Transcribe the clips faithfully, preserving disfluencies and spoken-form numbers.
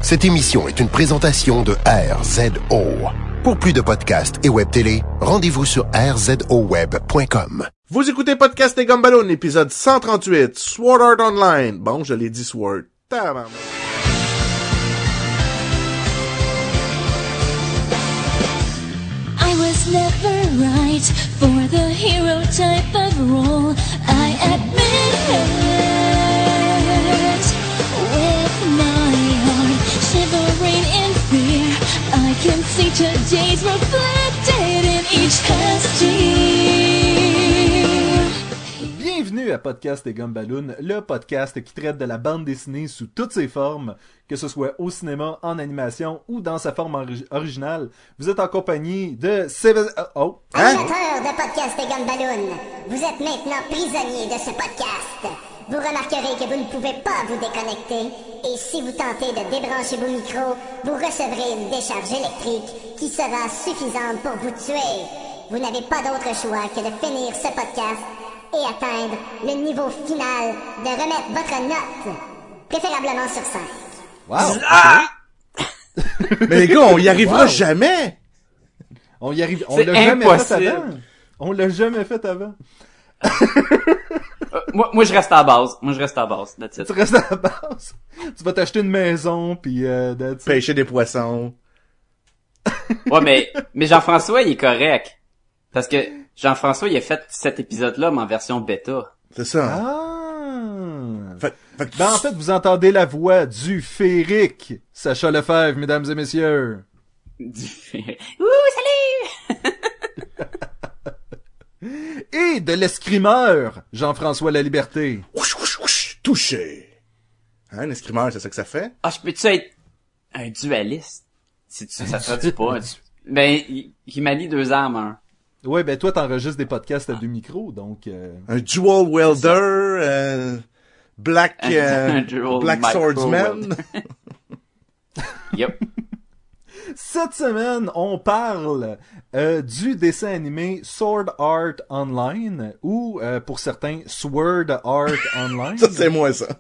Cette émission est une présentation de R Z O. Pour plus de podcasts et web télé, rendez-vous sur r z o web point com. Vous écoutez Podcast et Gumballoon, épisode cent trente-huit, Sword Art Online. Bon, je l'ai dit Sword. Tabarnak. I was never right for the hero type of role. I admit it. With my heart shivering in fear, I can see today's reflected in each past year. Bienvenue à Podcast et Gumballoon, le podcast qui traite de la bande dessinée sous toutes ses formes, que ce soit au cinéma, en animation ou dans sa forme ori- originale. Vous êtes en compagnie de Sébastien... Oh! Hein? Amateurs de Podcast et Gumballoon, vous êtes maintenant prisonniers de ce podcast. Vous remarquerez que vous ne pouvez pas vous déconnecter, et si vous tentez de débrancher vos micros, vous recevrez une décharge électrique qui sera suffisante pour vous tuer. Vous n'avez pas d'autre choix que de finir ce podcast et atteindre le niveau final de remettre votre note, préférablement sur cinq. Wow! Ah! Mais les gars, on y arrivera Wow. jamais! On y arrive... On C'est l'a jamais impossible. fait avant! On l'a jamais fait avant! Euh, moi, moi, je reste à la base. Moi, je reste à la base. That's it. Tu restes à la base! Tu vas t'acheter une maison, pis euh, that's it. Pêcher des poissons. Ouais, mais, mais Jean-François, il est correct. Parce que Jean-François, il a fait cet épisode-là, mais en version bêta. C'est ça. Ah! Fait, fait que- Ben, en fait, vous entendez la voix du féerique Sacha Lefebvre, mesdames et messieurs. Du Ouh, salut! Et de l'escrimeur, Jean-François Laliberté. Ouch, ouch, ouch, touché. Hein, l'escrimeur, c'est ça que ça fait? Ah, je peux-tu être un dualiste? Si tu, ça se traduit pas. un du- Ben, il, il manie deux armes, hein. Ouais, ben toi, t'enregistres des podcasts à deux micros, donc... Euh... Un dual welder, euh, black, Un- euh, un dual black micro swordsman. Yep. Cette semaine, on parle euh, du dessin animé Sword Art Online, ou, euh, pour certains, Sword Art Online. Ça, c'est moi, ça.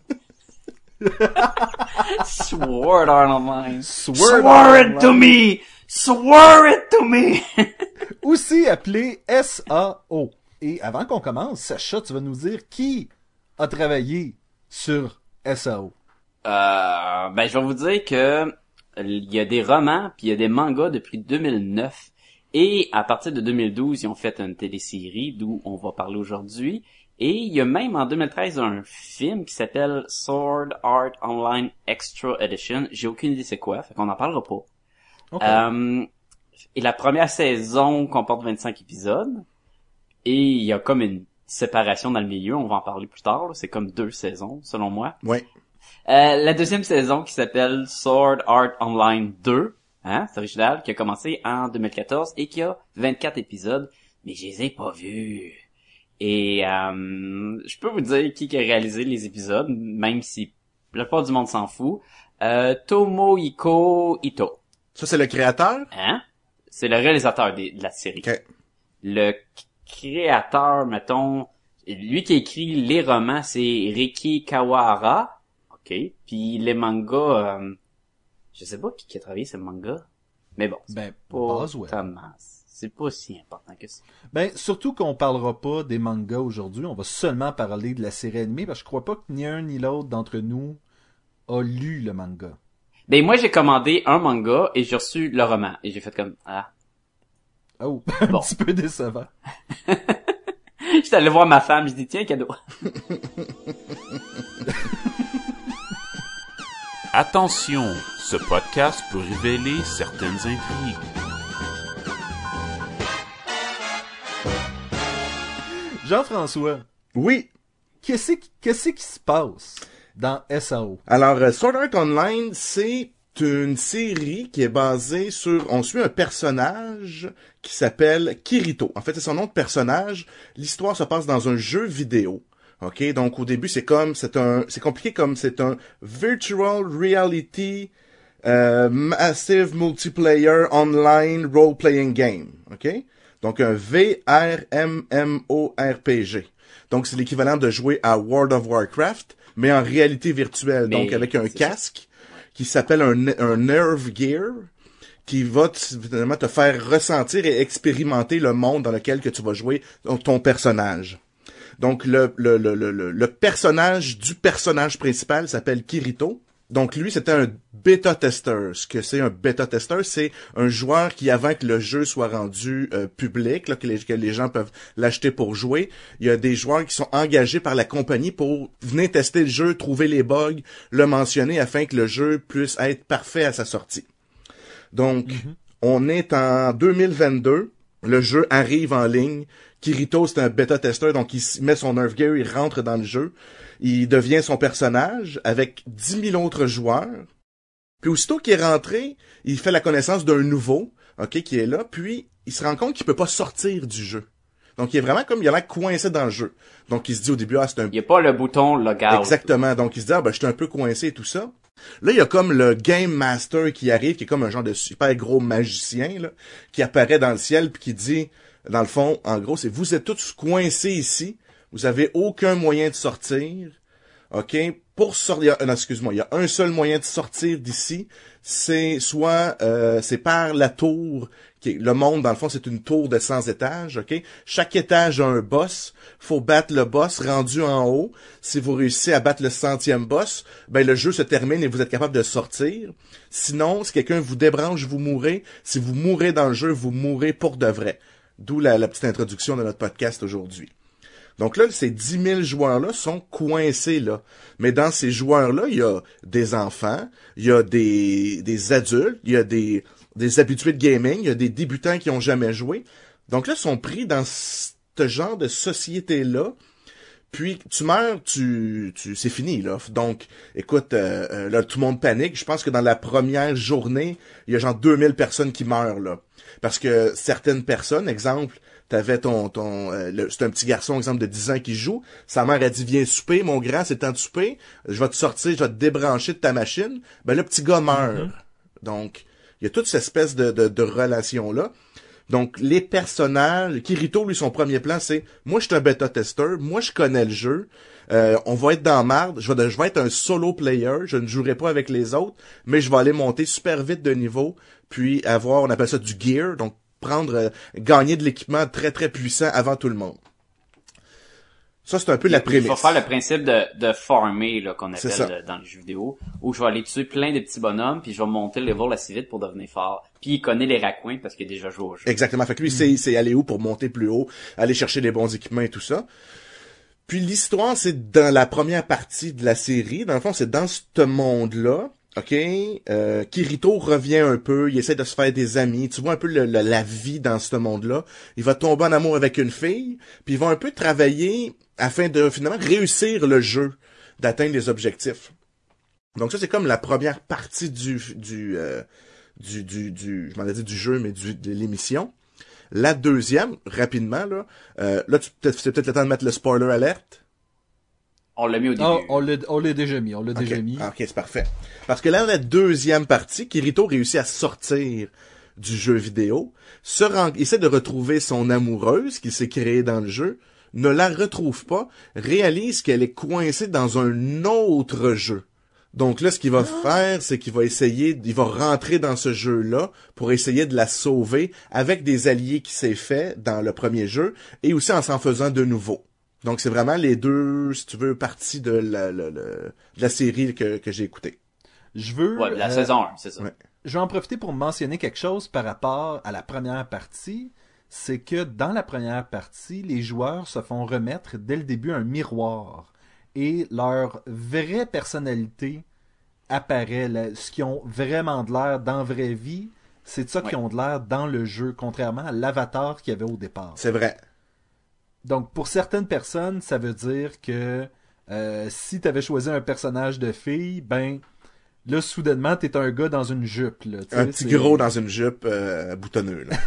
Sword Art Online. Sword Sword Art it to Online. me! Sword it to me! Aussi appelé S A O. Et avant qu'on commence, Sacha, tu vas nous dire qui a travaillé sur S A O. Euh, ben, je vais vous dire que il y a des romans puis il y a des mangas depuis deux mille neuf et à partir de deux mille douze, ils ont fait une télésérie d'où on va parler aujourd'hui et il y a même en deux mille treize un film qui s'appelle Sword Art Online Extra Edition. J'ai aucune idée c'est quoi, fait qu'on en parlera pas. Okay. Euh, et la première saison comporte vingt-cinq épisodes et il y a comme une séparation dans le milieu, on va en parler plus tard, là. C'est comme deux saisons selon moi. Ouais. Euh, la deuxième saison qui s'appelle Sword Art Online deux, hein, c'est original, qui a commencé en deux mille quatorze et qui a vingt-quatre épisodes, mais je les ai pas vus. Et euh, je peux vous dire qui a réalisé les épisodes, même si la plupart du monde s'en fout. Euh, Tomohiko Ito, Ça, c'est le créateur? hein, c'est le réalisateur des- de la série. Ok. Le c- créateur, mettons, lui qui a écrit les romans, c'est Riki Kawahara. OK. Puis les mangas, euh, je sais pas qui, qui a travaillé ces mangas. Mais bon, c'est Ben, pas Boswell. tellement- c'est pas si important que ça. Ben, surtout qu'on parlera pas des mangas aujourd'hui, on va seulement parler de la série animée, parce que je crois pas que ni un ni l'autre d'entre nous a lu le manga. Ben moi j'ai commandé un manga et j'ai reçu le roman. Et j'ai fait comme, ah. Oh, un Bon. petit peu décevant. J'étais allé voir ma femme, je dis tiens, cadeau. Attention, ce podcast peut révéler certaines intrigues. Jean-François, Oui. qu'est-ce qui, qu'est-ce qui se passe dans S A O? Alors, euh, Sword Art Online, c'est une série qui est basée sur... On suit un personnage qui s'appelle Kirito. En fait, c'est son nom de personnage. L'histoire se passe dans un jeu vidéo. OK? Donc, au début, c'est comme... C'est un... C'est compliqué comme c'est un virtual reality euh, massive multiplayer online role-playing game. OK? Donc, un V R M M O R P G. Donc, c'est l'équivalent de jouer à World of Warcraft, mais en réalité virtuelle. Mais donc, avec un c'est casque qui s'appelle un, un Nerve Gear, qui va t- finalement te faire ressentir et expérimenter le monde dans lequel que tu vas jouer ton personnage. Donc, le, le, le, le, le personnage du personnage principal s'appelle Kirito. Donc, lui, c'était un bêta-testeur. Ce que c'est un bêta-testeur, c'est un joueur qui, avant que le jeu soit rendu euh, public, là, que, les, que les gens peuvent l'acheter pour jouer, il y a des joueurs qui sont engagés par la compagnie pour venir tester le jeu, trouver les bugs, le mentionner afin que le jeu puisse être parfait à sa sortie. Donc, mm-hmm. on est en deux mille vingt-deux, le jeu arrive en ligne. Kirito, c'est un bêta-testeur, donc il met son Nerve Gear, il rentre dans le jeu, il devient son personnage avec dix mille autres joueurs. Puis aussitôt qu'il est rentré, il fait la connaissance d'un nouveau, ok, qui est là, puis il se rend compte qu'il peut pas sortir du jeu. Donc il est vraiment comme, il a l'air coincé dans le jeu. Donc il se dit au début, ah, c'est un... Il n'y a pas le bouton logout. Exactement, donc il se dit, ah, ben, je suis un peu coincé et tout ça. Là, il y a comme le Game Master qui arrive, qui est comme un genre de super gros magicien, là, qui apparaît dans le ciel puis qui dit... Dans le fond, en gros, c'est vous êtes tous coincés ici. Vous avez aucun moyen de sortir. OK? Pour sortir, non, excuse-moi, il y a un seul moyen de sortir d'ici. C'est soit, euh, c'est par la tour. Qui est, le monde, dans le fond, c'est une tour de cent étages. OK? Chaque étage a un boss. Faut battre le boss rendu en haut. Si vous réussissez à battre le centième boss, ben, le jeu se termine et vous êtes capable de sortir. Sinon, si quelqu'un vous débranche, vous mourrez. Si vous mourrez dans le jeu, vous mourrez pour de vrai. D'où la, la petite introduction de notre podcast aujourd'hui. Donc là, ces dix mille joueurs-là sont coincés là. Mais dans ces joueurs-là, il y a des enfants, il y a des, des adultes, il y a des, des habitués de gaming, il y a des débutants qui ont jamais joué. Donc là, ils sont pris dans ce genre de société-là. Puis tu meurs, tu, tu, c'est fini là. Donc, écoute, euh, là tout le monde panique. Je pense que dans la première journée, il y a genre deux mille personnes qui meurent là. Parce que certaines personnes, exemple, t'avais ton, ton, euh, le, c'est un petit garçon, exemple, de dix ans qui joue. Sa mère a dit, viens souper, mon grand, c'est temps de souper. Je vais te sortir, je vais te débrancher de ta machine. Ben, le petit gars meurt. Mm-hmm. Donc, il y a toute cette espèce de, de, de relation-là. Donc, les personnages, Kirito, lui, son premier plan, c'est, moi, je suis un bêta-testeur, moi, je connais le jeu, euh, on va être dans marde, je vais, je vais être un solo player, je ne jouerai pas avec les autres, mais je vais aller monter super vite de niveau, puis avoir, on appelle ça du gear, donc prendre, euh, gagner de l'équipement très, très puissant avant tout le monde. Ça, c'est un peu la prémisse. Il faut faire le principe de, de farmer, là, qu'on appelle de, dans les jeux vidéo, où je vais aller tuer plein de petits bonhommes, puis je vais monter le level assez vite pour devenir fort. Puis il connaît les raccoins parce qu'il a déjà joué au jeu. Exactement. Fait que lui, c'est, c'est aller où pour monter plus haut, aller chercher les bons équipements et tout ça. Puis l'histoire, c'est dans la première partie de la série. Dans le fond, c'est dans ce monde-là. OK, euh, Kirito revient un peu, il essaie de se faire des amis, tu vois un peu le, le, la vie dans ce monde-là. Il va tomber en amour avec une fille, puis il va un peu travailler afin de finalement réussir le jeu, d'atteindre les objectifs. Donc ça, c'est comme la première partie du du euh, du, du, du je m'en ai dit du jeu, mais du, de l'émission. La deuxième, rapidement, là, euh, là, tu, peut-être, c'est peut-être le temps de mettre le spoiler alert. On l'a mis au début. Oh, on l'a, on l'a déjà mis, on l'a okay. déjà mis. Ah, ok, c'est parfait. Parce que là, dans la deuxième partie, Kirito réussit à sortir du jeu vidéo, se rend, essaie de retrouver son amoureuse qu'il s'est créée dans le jeu, ne la retrouve pas, réalise qu'elle est coincée dans un autre jeu. Donc là, ce qu'il va ah. faire, c'est qu'il va essayer, il va rentrer dans ce jeu-là pour essayer de la sauver avec des alliés qui s'est fait dans le premier jeu et aussi en s'en faisant de nouveau. Donc, c'est vraiment les deux, si tu veux, parties de la, la, la, de la série que, que j'ai écoutée. Je veux... Ouais, la euh, saison un, c'est ça. Ouais. Je vais en profiter pour mentionner quelque chose par rapport à la première partie. C'est que dans la première partie, les joueurs se font remettre dès le début un miroir. Et leur vraie personnalité apparaît. Là, ce qui ont vraiment de l'air dans la vraie vie, c'est de ça ouais. qui ont de l'air dans le jeu, contrairement à l'avatar qu'il y avait au départ. C'est vrai. Donc, pour certaines personnes, ça veut dire que euh, si tu avais choisi un personnage de fille, ben, là, soudainement, t'es un gars dans une jupe. Là, un petit c'est... gros dans une jupe euh, boutonneux. Là.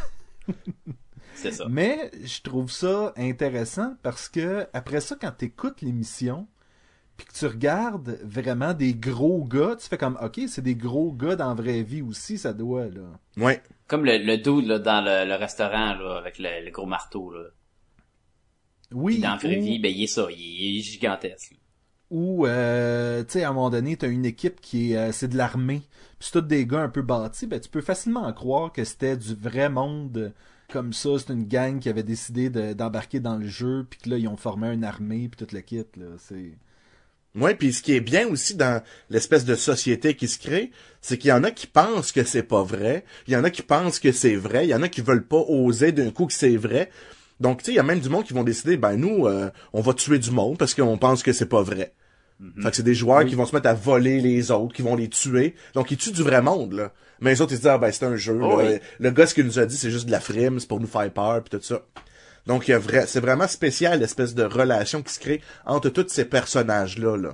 C'est ça. Mais je trouve ça intéressant parce que après ça, quand t'écoutes l'émission, puis que tu regardes vraiment des gros gars, tu fais comme, ok, c'est des gros gars dans la vraie vie aussi, ça doit, là. Ouais. Comme le, le dude là, dans le, le restaurant là, avec le, le gros marteau. Là. Oui. Puis dans la vraie ou... vie, ben il est ça, il est, il est gigantesque. où, euh, tu sais, à un moment donné, t'as une équipe qui est, euh, c'est de l'armée, puis c'est tous des gars un peu bâtis, ben tu peux facilement croire que c'était du vrai monde comme ça, c'est une gang qui avait décidé de, d'embarquer dans le jeu, puis que là, ils ont formé une armée, puis tout le kit, là, c'est... Ouais, puis ce qui est bien aussi dans l'espèce de société qui se crée, c'est qu'il y en a qui pensent que c'est pas vrai, il y en a qui pensent que c'est vrai, il y en a qui veulent pas oser d'un coup que c'est vrai. Donc, tu sais, il y a même du monde qui vont décider, ben nous, euh, on va tuer du monde parce qu'on pense que c'est pas vrai. Mm-hmm. Fait que c'est des joueurs oui. qui vont se mettre à voler les autres, qui vont les tuer. Donc, ils tuent du vrai monde, là. Mais les autres, ils se disent, ah ben c'est un jeu. Oh, là. Oui. Le gars, ce qu'il nous a dit, c'est juste de la frime, c'est pour nous faire peur, pis tout ça. Donc, il y a vrai, c'est vraiment spécial, l'espèce de relation qui se crée entre tous ces personnages-là, là.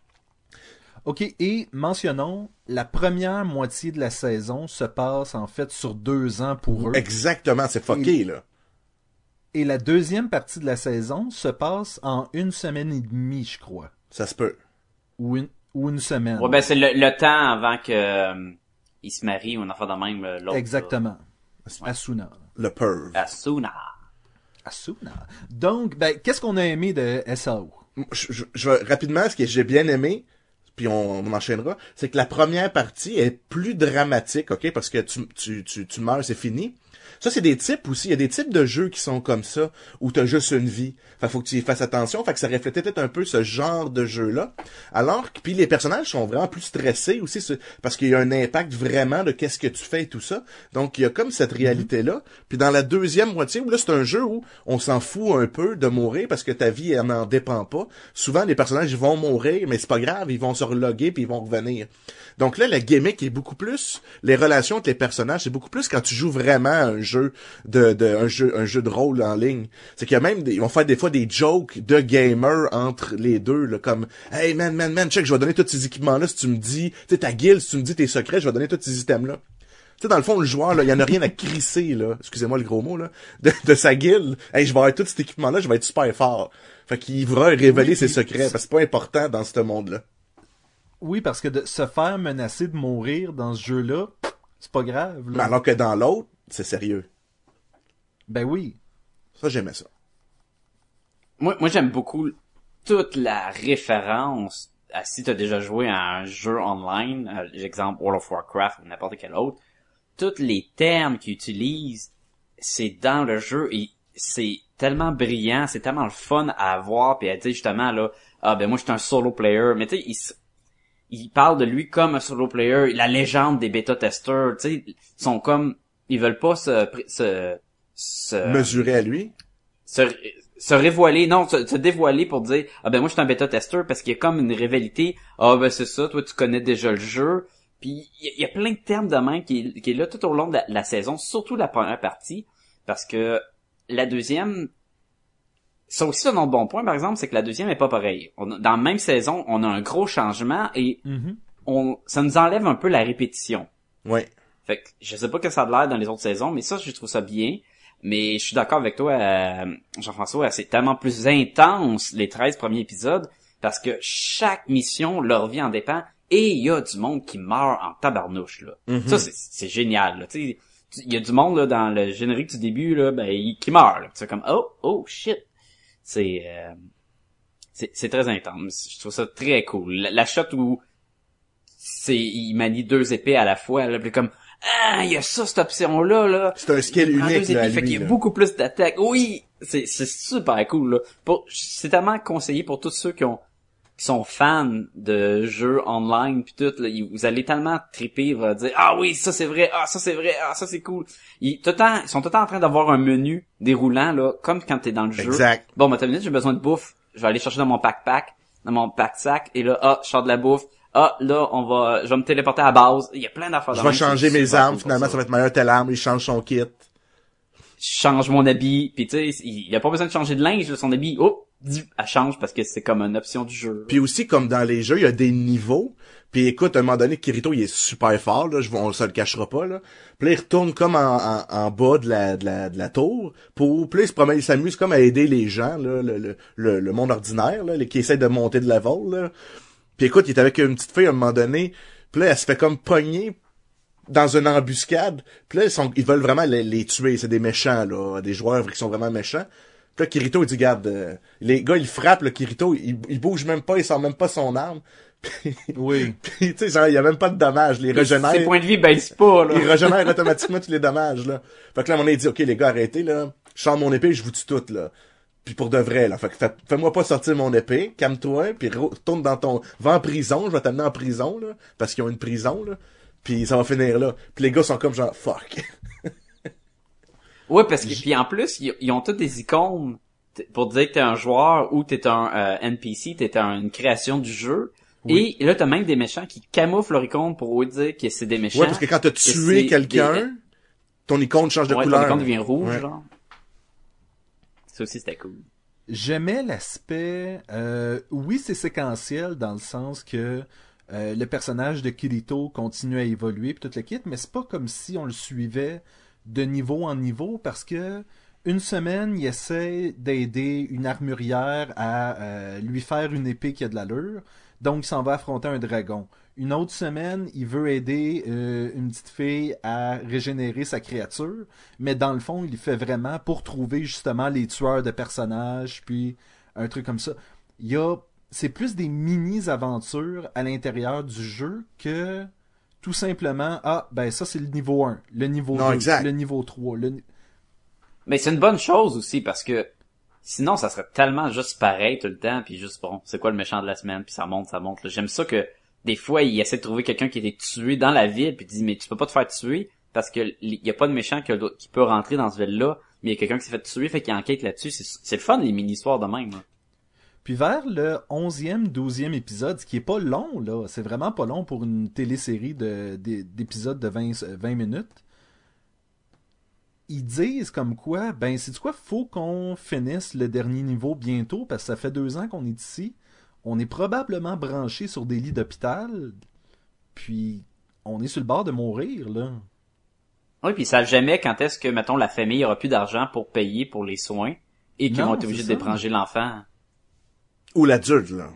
OK, et mentionnons, la première moitié de la saison se passe, en fait, sur deux ans pour eux. Exactement, c'est fucké, et, là. Et la deuxième partie de la saison se passe en une semaine et demie, je crois. Ça se peut. Ou une, ou une semaine. Ouais, ben c'est le, le temps avant que euh, il se marie ou un enfant de même, l'autre. Exactement. Là. Asuna. Le perv. Asuna. Asuna. Donc, ben, qu'est-ce qu'on a aimé de S A O? Je, je, je vais rapidement, ce que j'ai bien aimé, puis on, on enchaînera, c'est que la première partie est plus dramatique, ok, parce que tu, tu, tu, tu meurs, c'est fini. Ça, c'est des types aussi. Il y a des types de jeux qui sont comme ça, où t'as juste une vie. Fait faut que tu y fasses attention. Fait que ça reflétait peut-être un peu ce genre de jeu-là. Alors que, puis les personnages sont vraiment plus stressés aussi, parce qu'il y a un impact vraiment de qu'est-ce que tu fais et tout ça. Donc, il y a comme cette réalité-là. Puis dans la deuxième moitié, où là, c'est un jeu où on s'en fout un peu de mourir parce que ta vie, elle n'en dépend pas. Souvent, les personnages vont mourir, mais c'est pas grave, ils vont se reloguer puis ils vont revenir. Donc là, la gimmick est beaucoup plus, les relations entre les personnages, c'est beaucoup plus quand tu joues vraiment un jeu de, de un jeu un jeu de rôle en ligne. C'est qu'il y a même des, ils vont faire des fois des jokes de gamers entre les deux, là, comme hey man man man check, je vais donner tous ces équipements là si tu me dis, tu sais ta guilde, si tu me dis tes secrets, je vais donner tous ces items là. Tu sais, dans le fond, le joueur, là, il y en a rien à crisser, là, excusez-moi le gros mot, là, de, de sa guilde. Hey, je vais avoir tout cet équipement-là, je vais être super fort. Fait qu'il voudra révéler oui, ses secrets, parce que c'est pas important dans ce monde-là. Oui, parce que de se faire menacer de mourir dans ce jeu-là, c'est pas grave. Là. Mais alors que dans l'autre, c'est sérieux. Ben oui. Ça, j'aimais ça. Moi, moi j'aime beaucoup toute la référence à si t'as déjà joué à un jeu online, euh, exemple World of Warcraft ou n'importe quel autre. Tous les termes qu'ils utilisent, c'est dans le jeu et c'est tellement brillant, c'est tellement le fun à voir puis à dire justement là, ah ben moi je suis un solo player, mais tu sais, il, il parle de lui comme un solo player, la légende des bêta-testeurs, tu sais, sont comme, ils veulent pas se, se, se mesurer à lui, se, se révoiler, non, se, se dévoiler pour dire, ah ben moi je suis un bêta-testeur parce qu'il y a comme une rivalité, ah ben c'est ça, toi tu connais déjà le jeu. Puis il y, y a plein de termes de main qui, qui est là tout au long de la, la saison, surtout la première partie, parce que la deuxième, ça aussi un autre bon point par exemple, c'est que la deuxième est pas pareille. On, dans la même saison, on a un gros changement et mm-hmm. on, ça nous enlève un peu la répétition. Ouais. Fait que je sais pas que ça a l'air dans les autres saisons, mais ça je trouve ça bien. Mais je suis d'accord avec toi, euh, Jean-François, c'est tellement plus intense les treize premiers épisodes parce que chaque mission, leur vie en dépend. Et il y a du monde qui meurt en tabarnouche, là. Mm-hmm. Ça, c'est, c'est génial, là. Tu sais, il y a du monde, là, dans le générique du début, là, ben, il, qui meurt, là. C'est comme, oh, oh, shit. C'est, euh, c'est, c'est très intense. Je trouve ça très cool. La, la shot où c'est, il manie deux épées à la fois, là, puis comme, ah, il y a ça, cette option-là, là. C'est un skill unique, là, fait lui, qu'il y a là. beaucoup plus d'attaques. Oui! C'est, c'est super cool, là. Pour, c'est tellement conseillé pour tous ceux qui ont, qui sont fans de jeux online pis tout, là, vous allez tellement triper, vous allez dire, ah oui, ça c'est vrai, ah ça c'est vrai, ah ça c'est cool. Ils, tout le temps, ils sont tout le temps en train d'avoir un menu déroulant, là, comme quand t'es dans le jeu. Exact. Bon, ben, t'as une minute, j'ai besoin de bouffe. Je vais aller chercher dans mon pack-pack, dans mon pack-sac, et là, ah, je sors de la bouffe. Ah, là, on va, je vais me téléporter à la base. Il y a plein d'affaires. Je vais changer mes armes, finalement, ça. ça va être meilleur telle arme, il change son kit. Je change mon habit, pis tu sais, il y a pas besoin de changer de linge, son habit, oh, elle change parce que c'est comme une option du jeu. Puis aussi, comme dans les jeux, il y a des niveaux. Puis écoute, à un moment donné, Kirito, il est super fort, là, je, on se le cachera pas, là. Puis là, il retourne comme en, en, en bas de la, de la, de la tour, pour, puis là, il se promène, il s'amuse comme à aider les gens, là, le, le, le, le monde ordinaire, là, les, qui essaient de monter de level, là. Puis écoute, il est avec une petite fille à un moment donné, puis là, elle se fait comme pogner dans une embuscade. Puis là, ils, sont, ils veulent vraiment les, les tuer, c'est des méchants, là, des joueurs qui sont vraiment méchants. Puis là, Kirito, il dit, regarde, euh, les gars, ils frappent, le Kirito, il, il bouge même pas, il sort même pas son arme. Puis, Oui. puis tu sais, genre, il y a même pas de dommages. Les régénère. Ses points de vie baissent pas, là. Il régénère automatiquement tous les dommages, là. Fait que là, on a dit, OK, les gars, arrêtez, là. Je sors mon épée, je vous tue toutes, là. Puis pour de vrai, là. Fait que fais- fais-moi pas sortir mon épée, calme-toi, puis retourne dans ton... Va en prison, je vais t'amener en prison, là. Parce qu'ils ont une prison, là. Puis ça va finir là. Puis les gars sont comme genre, fuck. Ouais, parce que, puis en plus, ils, ils ont toutes des icônes t- pour dire que t'es un joueur ou t'es un euh, N P C, t'es un, une création du jeu. Oui. Et là, t'as même des méchants qui camouflent leur icône pour dire que c'est des méchants. Ouais, parce que quand t'as c'est tué quelqu'un, des- ton icône change de ouais, couleur. ton icône devient rouge, Ouais. genre. Ça aussi, c'était cool. J'aimais l'aspect... Euh, oui, c'est séquentiel dans le sens que euh, le personnage de Kirito continue à évoluer pis tout le kit, mais c'est pas comme si on le suivait de niveau en niveau parce que une semaine, il essaie d'aider une armurière à euh, lui faire une épée qui a de l'allure, donc il s'en va affronter un dragon. Une autre semaine, il veut aider euh, une petite fille à régénérer sa créature, mais dans le fond, il le fait vraiment pour trouver justement les tueurs de personnages, puis un truc comme ça. Il y a, c'est plus des mini-aventures à l'intérieur du jeu que tout simplement, ah, ben ça c'est le niveau un, le niveau Non, deux, exact. le niveau trois. Le... Mais c'est une bonne chose aussi parce que sinon, ça serait tellement juste pareil tout le temps, puis juste bon, c'est quoi le méchant de la semaine, puis ça monte, ça monte. Là. J'aime ça que des fois, il essaie de trouver quelqu'un qui a été tué dans la ville, puis il dit mais tu peux pas te faire tuer parce que il y a pas de méchant qui, a- qui peut rentrer dans cette ville-là, mais il y a quelqu'un qui s'est fait tuer, fait qu'il enquête là-dessus. C'est, c'est le fun les mini-histoires de même. Là. Puis vers le onzième, douzième épisode, ce qui est pas long, là, c'est vraiment pas long pour une télésérie de, de- d'épisodes de vingt, vingt minutes, ils disent comme quoi, ben c'est quoi, faut qu'on finisse le dernier niveau bientôt, parce que ça fait deux ans qu'on est ici, on est probablement branché sur des lits d'hôpital, puis on est sur le bord de mourir, là. Oui, puis ils savent jamais quand est-ce que, mettons, la famille aura plus d'argent pour payer pour les soins et qu'ils Non, vont être obligés c'est de ça. débranger l'enfant. Ou l'adulte, là.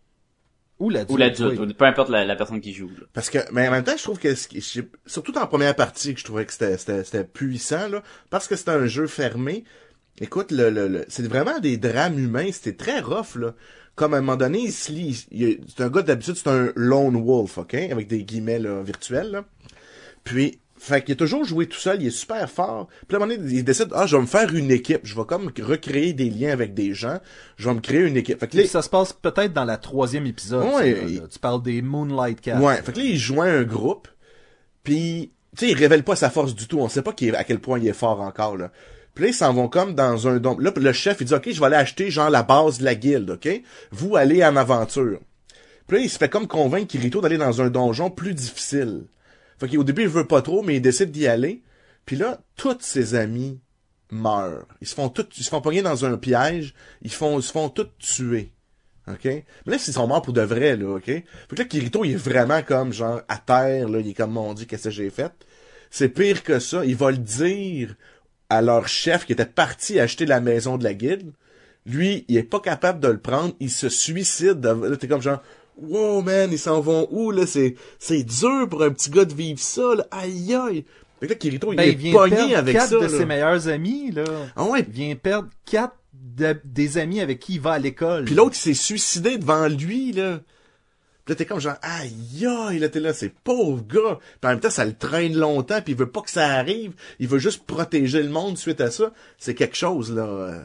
Ou l'adulte. Ou l'adulte, oui. ou peu importe la, la personne qui joue. Là. Parce que, mais en même temps, je trouve que, ce qui- je- surtout dans la première partie, que je trouvais que c'était, c'était, c'était puissant, là, parce que c'était un jeu fermé. Écoute, le, le, le- c'est vraiment des drames humains, c'était très rough, là. Comme à un moment donné, il se lit, il y a- c'est un gars d'habitude, c'est un lone wolf, ok? Avec des guillemets, là, virtuels, là. Puis, fait qu'il a toujours joué tout seul, il est super fort. Puis à un moment donné, il décide, ah, je vais me faire une équipe, je vais comme recréer des liens avec des gens, je vais me créer une équipe. Fait que là, Puis ça se passe peut-être dans la troisième épisode. Ouais, ça, là, il- là. Tu parles des Moonlight Cats. ouais, fait que là, il joint un groupe, puis, tu sais, il révèle pas sa force du tout, on sait pas qu'il est- à quel point il est fort encore, là. Puis là, ils s'en vont comme dans un don. Là, le chef, il dit, OK, je vais aller acheter, genre, la base de la guilde, OK? Vous allez en aventure. Puis là, il se fait comme convaincre Kirito d'aller dans un donjon plus difficile. Fait qu'au début, il veut pas trop, mais il décide d'y aller. Puis là, tous ses amis meurent. Ils se font tous, ils se font pogner dans un piège. Ils font, ils se font tous tuer. OK? Mais là, ils sont morts pour de vrai, là, OK? Fait que là, Kirito, il est vraiment comme, genre, à terre, là. Il est comme, mon Dieu, qu'est-ce que j'ai fait? C'est pire que ça. Il va le dire à leur chef qui était parti acheter la maison de la guilde. Lui, il est pas capable de le prendre. Il se suicide. Là, t'es comme genre, wow, man, ils s'en vont où, là? C'est, c'est dur pour un petit gars de vivre ça, là. Aïe, aïe. Fait que là, Kirito, Ben, il il est vient pogné perdre avec quatre ça, de là. ses meilleurs amis, là. Ah ouais. Il vient perdre quatre de- des amis avec qui il va à l'école. Puis l'autre, il s'est suicidé devant lui, là. Puis là, t'es comme genre, aïe, aïe, là, t'es là, c'est pauvre gars. Puis en même temps, ça le traîne longtemps, puis il veut pas que ça arrive. Il veut juste protéger le monde suite à ça. C'est quelque chose, là. euh.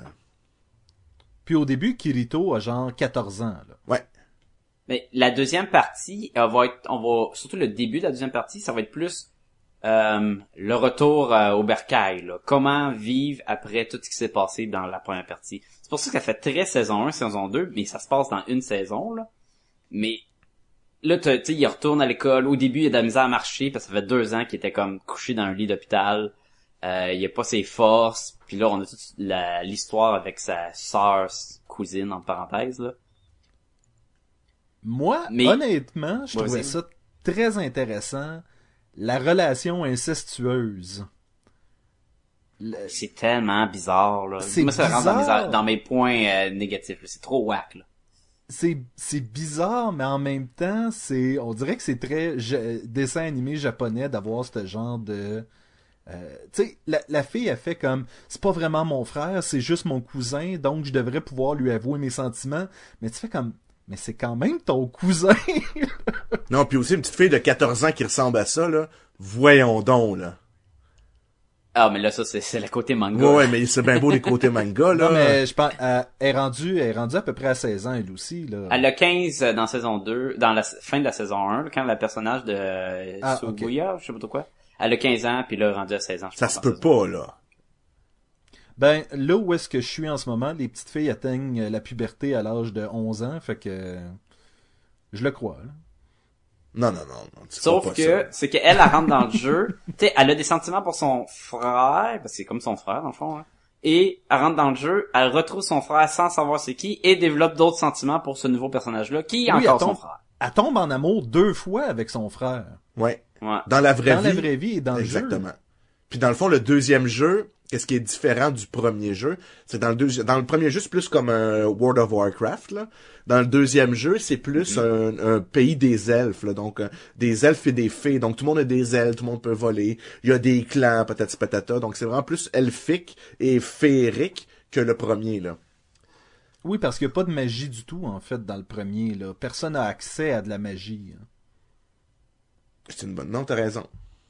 Puis au début, Kirito a genre quatorze ans, là. Ouais. Mais la deuxième partie, elle va être, on va, surtout le début de la deuxième partie, ça va être plus euh, le retour euh, au bercail, là. Comment vivre après tout ce qui s'est passé dans la première partie. C'est pour ça que ça fait très saison un, saison deux, mais ça se passe dans une saison, là. Mais là, tu sais, il retourne à l'école. Au début, il a de la misère à marcher parce que ça fait deux ans qu'il était comme couché dans un lit d'hôpital. Euh, il a pas ses forces. Puis là, on a toute la, l'histoire avec sa sœur, cousine, entre parenthèses, là. Moi, Mais- honnêtement, je Vas-y. trouvais ça très intéressant, la relation incestueuse. Le- C'est tellement bizarre, là. C'est Moi, ça rentre dans mes, bizarre. dans mes points euh, négatifs, là. C'est trop whack, là. C'est, c'est bizarre, mais en même temps, c'est, on dirait que c'est très ja- dessin animé japonais d'avoir ce genre de Euh, tu sais, la, la fille a fait comme c'est pas vraiment mon frère, c'est juste mon cousin, donc je devrais pouvoir lui avouer mes sentiments. Mais tu fais comme mais c'est quand même ton cousin. Non, puis aussi une petite fille de quatorze ans qui ressemble à ça, là. Voyons donc, là. Ah, mais là, ça, c'est, c'est le côté manga. Ouais, ouais, mais c'est bien beau les côtés manga, là. Non, mais je pense, euh, elle est rendue, elle est rendue à peu près à seize ans, elle aussi, là. Elle a quinze dans saison deux, dans la fin de la saison un, quand le personnage de euh, Ah, Suguya, je sais pas trop quoi. Elle a quinze ans, puis là, rendue à seize ans. Je Ça pense, se dans peut saison pas, là. Ben, là où est-ce que je suis en ce moment, les petites filles atteignent la puberté à l'âge de onze ans, fait que je le crois, là. Non, non, non, non. Tu Sauf crois pas que, ça. c'est qu'elle, elle rentre dans le jeu. Tu sais, elle a des sentiments pour son frère, parce que c'est comme son frère, dans le fond, hein. Et elle rentre dans le jeu, elle retrouve son frère sans savoir c'est qui, et développe d'autres sentiments pour ce nouveau personnage-là, qui est Oui, encore elle tombe- son frère. Elle tombe en amour deux fois avec son frère. Ouais. Ouais. Dans la vraie Dans vie. la vraie vie et dans le jeu. Exactement. Puis dans le fond, le deuxième jeu, qu'est-ce qui est différent du premier jeu, c'est dans le deuxième, dans le premier jeu, c'est plus comme un World of Warcraft, là. Dans le deuxième jeu, c'est plus un, un pays des elfes, là. Donc, euh, des elfes et des fées. Donc, tout le monde a des ailes, tout le monde peut voler. Il y a des clans, patati patata. Donc, c'est vraiment plus elfique et féerique que le premier, là. Oui, parce qu'il n'y a pas de magie du tout, en fait, dans le premier, là. Personne n'a accès à de la magie, hein. C'est une bonne, non, t'as raison.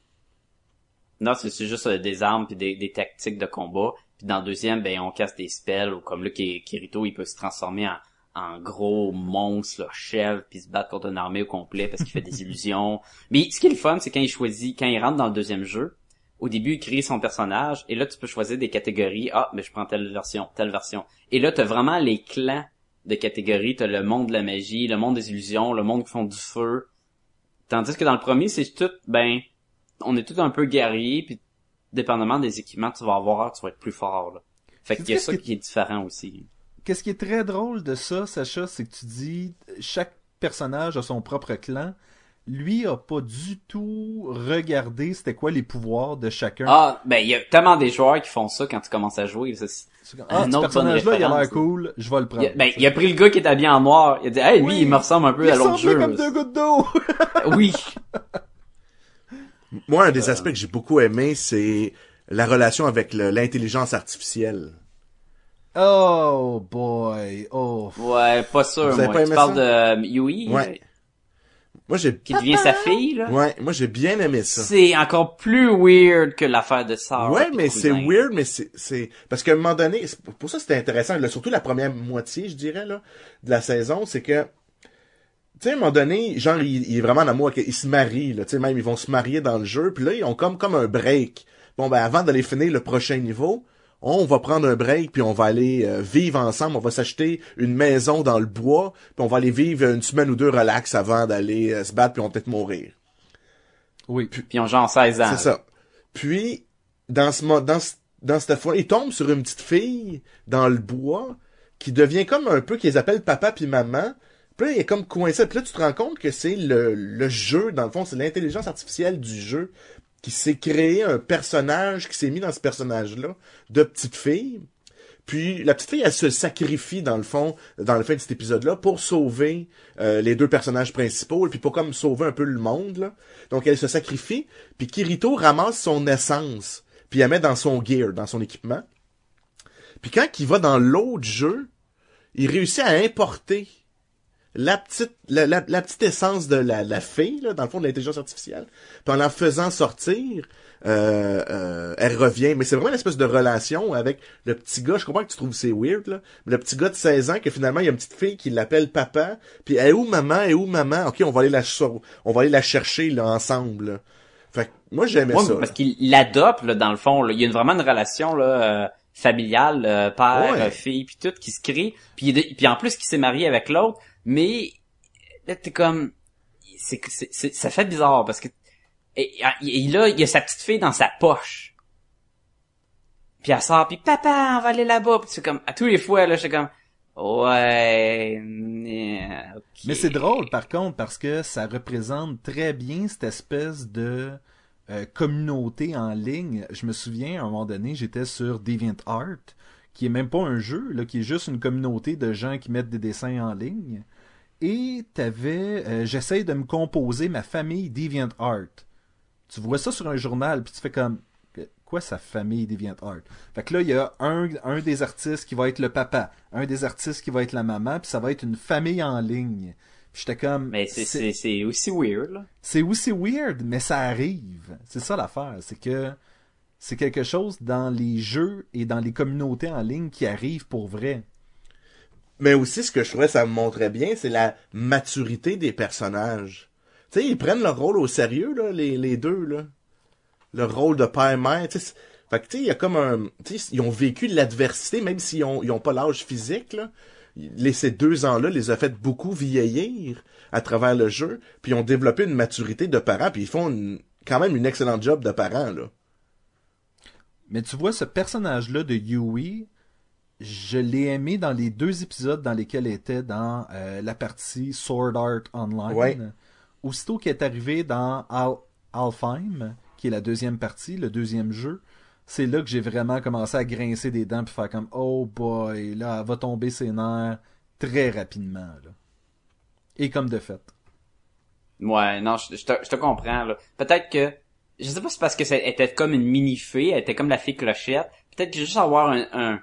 Non, c'est, c'est juste euh, des armes puis des, des tactiques de combat. Puis dans le deuxième, ben, on casse des spells, ou comme là, Ki- Kirito, il peut se transformer en, en gros monstre, là, chèvre, puis se battre contre une armée au complet parce qu'il fait des illusions. Mais ce qui est le fun, c'est quand il choisit, quand il rentre dans le deuxième jeu, au début, il crée son personnage, et là, tu peux choisir des catégories. Ah, mais je prends telle version, telle version. Et là, t'as vraiment les clans de catégories. T'as le monde de la magie, le monde des illusions, le monde qui font du feu. Tandis que dans le premier, c'est tout, ben, on est tout un peu guerrier, puis dépendamment des équipements que tu vas avoir, tu vas être plus fort, là. Fait qu'il y a Qu'est-ce ça que- qui est différent aussi. Qu'est-ce qui est très drôle de ça, Sacha, c'est que tu dis chaque personnage a son propre clan. Lui a pas du tout regardé c'était quoi les pouvoirs de chacun. Ah, ben, il y a tellement des joueurs qui font ça quand tu commences à jouer. C'est- C'est comme, un ah, ce autre personnage-là, bonne il a l'air référence, cool, je vais le prendre. il a, ben, il a pris le gars qui est habillé en noir. Il a dit, hey, lui, Oui. il me ressemble un peu Il à l'autre semblait jeu. comme deux gouttes d'eau. Oui. Moi, un des aspects que j'ai beaucoup aimé, c'est la relation avec le- l'intelligence artificielle. Oh boy, oh. Ouais, pas sûr, Vous avez moi. pas Tu aimé parles ça? de euh, Yui, Ouais. Moi, j'ai, qui devient sa fille, là. ouais, moi, j'ai bien aimé ça. C'est encore plus weird que l'affaire de Sarah. Ouais, pis mais cousin. c'est weird, mais c'est, c'est, parce qu'à un moment donné, c'est- pour ça c'était intéressant, là, surtout la première moitié, je dirais, là, de la saison, c'est que, tu sais, à un moment donné, genre, il, il est vraiment en amour, avec- il se marie, là, tu sais, même, ils vont se marier dans le jeu, puis là, ils ont comme, comme un break. Bon, ben, avant d'aller finir le prochain niveau, on va prendre un break, puis on va aller euh, vivre ensemble, on va s'acheter une maison dans le bois, puis on va aller vivre une semaine ou deux relax avant d'aller euh, se battre, puis on va peut-être mourir. Oui. Puis ils ont genre seize ans. C'est ça. Puis, dans ce, mo- dans ce, dans cette fois, il tombe sur une petite fille dans le bois qui devient comme un peu, qu'ils appellent papa puis maman. Puis là, il est comme coincé. Puis là, tu te rends compte que c'est le, le jeu, dans le fond, c'est l'intelligence artificielle du jeu qui s'est créé un personnage, qui s'est mis dans ce personnage-là de petite fille. Puis la petite fille, elle se sacrifie dans le fond, dans le fin de cet épisode-là, pour sauver euh, les deux personnages principaux, et puis pour comme sauver un peu le monde, là. Donc elle se sacrifie, puis Kirito ramasse son essence, puis elle met dans son gear, dans son équipement. Puis quand il va dans l'autre jeu, il réussit à importer la petite la, la, la petite essence de la, la fille, là, dans le fond de l'intelligence artificielle. Puis en la faisant sortir, euh, euh, elle revient. Mais c'est vraiment une espèce de relation avec le petit gars. Je comprends que tu trouves c'est weird, là. Mais le petit gars de seize ans, que finalement, il y a une petite fille qui l'appelle papa. Puis elle est où maman? Elle est où maman? Ok, on va aller la, on va aller la chercher, là, ensemble, là. Fait que moi, j'aimais Ouais, ça. parce là. qu'il l'adopte, là, dans le fond, là. Il y a une- vraiment une relation, là, euh, familiale, euh, père, Ouais. euh, fille, puis tout, qui se crée. Puis, il est- puis en plus, qui s'est marié avec l'autre. Mais, là, t'es comme, c'est, c'est, c'est- ça fait bizarre, parce que, et, et il a, il a sa petite fille dans sa poche. Puis elle sort, puis papa, on va aller là-bas. Puis c'est comme, à tous les fois, là, j'étais comme, ouais, yeah, ok. Mais c'est drôle, par contre, parce que ça représente très bien cette espèce de euh, communauté en ligne. Je me souviens, à un moment donné, j'étais sur DeviantArt, qui est même pas un jeu, là, qui est juste une communauté de gens qui mettent des dessins en ligne. Et t'avais, euh, j'essaye de me composer ma famille DeviantArt. Tu vois ça sur un journal, puis tu fais comme, Que- Quoi, sa famille DeviantArt? Fait que là, il y a un, un des artistes qui va être le papa, un des artistes qui va être la maman, puis ça va être une famille en ligne. Puis j'étais comme... Mais c'est, c'est, c'est aussi weird, là. C'est aussi weird, mais ça arrive. C'est ça l'affaire, c'est que c'est quelque chose dans les jeux et dans les communautés en ligne qui arrive pour vrai. Mais aussi, ce que je trouvais ça me montrait bien, c'est la maturité des personnages. Tu sais, ils prennent leur rôle au sérieux, là, les, les deux, là. Le rôle de père-mère, tu sais. Fait que, tu sais, il y a comme un... Tu sais, ils ont vécu de l'adversité, même s'ils ont, ils ont pas l'âge physique, là. Les, ces deux ans-là les a fait beaucoup vieillir à travers le jeu, puis ils ont développé une maturité de parents, puis ils font une, quand même une excellente job de parents, là. Mais tu vois, ce personnage-là de Yui, je l'ai aimé dans les deux épisodes dans lesquels elle était dans euh, la partie Sword Art Online. Ouais. Aussitôt qu'elle est arrivée dans Al- Alfheim, qui est la deuxième partie, le deuxième jeu, c'est là que j'ai vraiment commencé à grincer des dents puis faire comme « Oh boy, là, elle va tomber ses nerfs très rapidement. » là. Et comme de fait. Ouais, non, je, je, te, je te comprends, là. Peut-être que, je sais pas si c'est parce que ça était comme une mini-fée, elle était comme la fée clochette. Peut-être que juste avoir un, un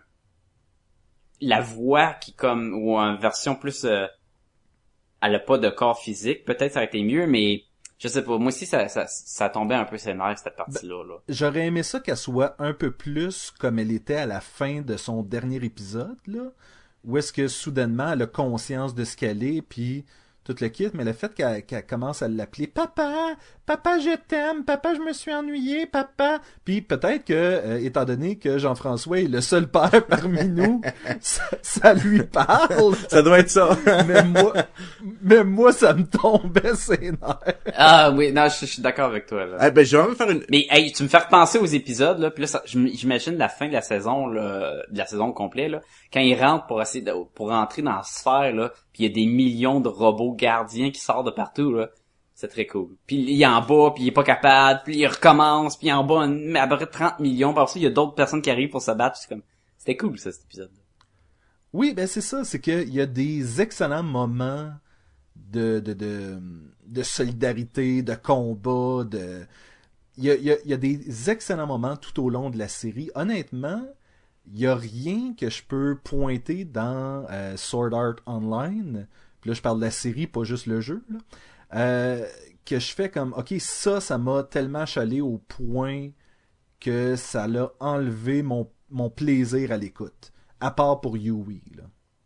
la voix qui comme, ou une version plus, euh, elle a pas de corps physique, peut-être ça aurait été mieux, mais je sais pas, moi aussi ça, ça, ça tombait un peu ses nerfs, cette partie-là, là. J'aurais aimé ça qu'elle soit un peu plus comme elle était à la fin de son dernier épisode, là, où est-ce que soudainement elle a conscience de ce qu'elle est, puis tout le kit, mais le fait qu'elle, qu'elle commence à l'appeler « Papa! Papa, je t'aime! Papa, je me suis ennuyé! Papa! » Puis peut-être que, euh, étant donné que Jean-François est le seul père parmi nous, ça, ça lui parle. Ça doit être ça. mais moi, mais moi, ça me tombait ses nerfs. Ah oui, non, je, je suis d'accord avec toi, là. Eh ben, je vais même faire une... Mais hey, tu me fais repenser aux épisodes, là, puis là, ça, j'imagine la fin de la saison, là, de la saison complète, là, quand ils rentrent pour essayer de, pour rentrer dans la sphère, là, puis il y a des millions de robots gardiens qui sortent de partout, là. C'est très cool. Puis il est en bas, puis il est pas capable, puis il recommence, puis en bas, un, à peu près trente millions, par ça, il y a d'autres personnes qui arrivent pour se battre, c'est comme, c'était cool, ça, cet épisode. Oui, ben c'est ça, c'est qu'il y a des excellents moments de, de, de, de solidarité, de combat, de... Il y a, il y a, il y a des excellents moments tout au long de la série. Honnêtement, il y a rien que je peux pointer dans euh, Sword Art Online, puis là je parle de la série, pas juste le jeu, là, euh, que je fais comme, ok, ça, ça m'a tellement chalé au point que ça l'a enlevé mon, mon plaisir à l'écoute. À part pour Yui, là.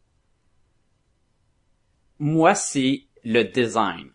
Moi, c'est le design.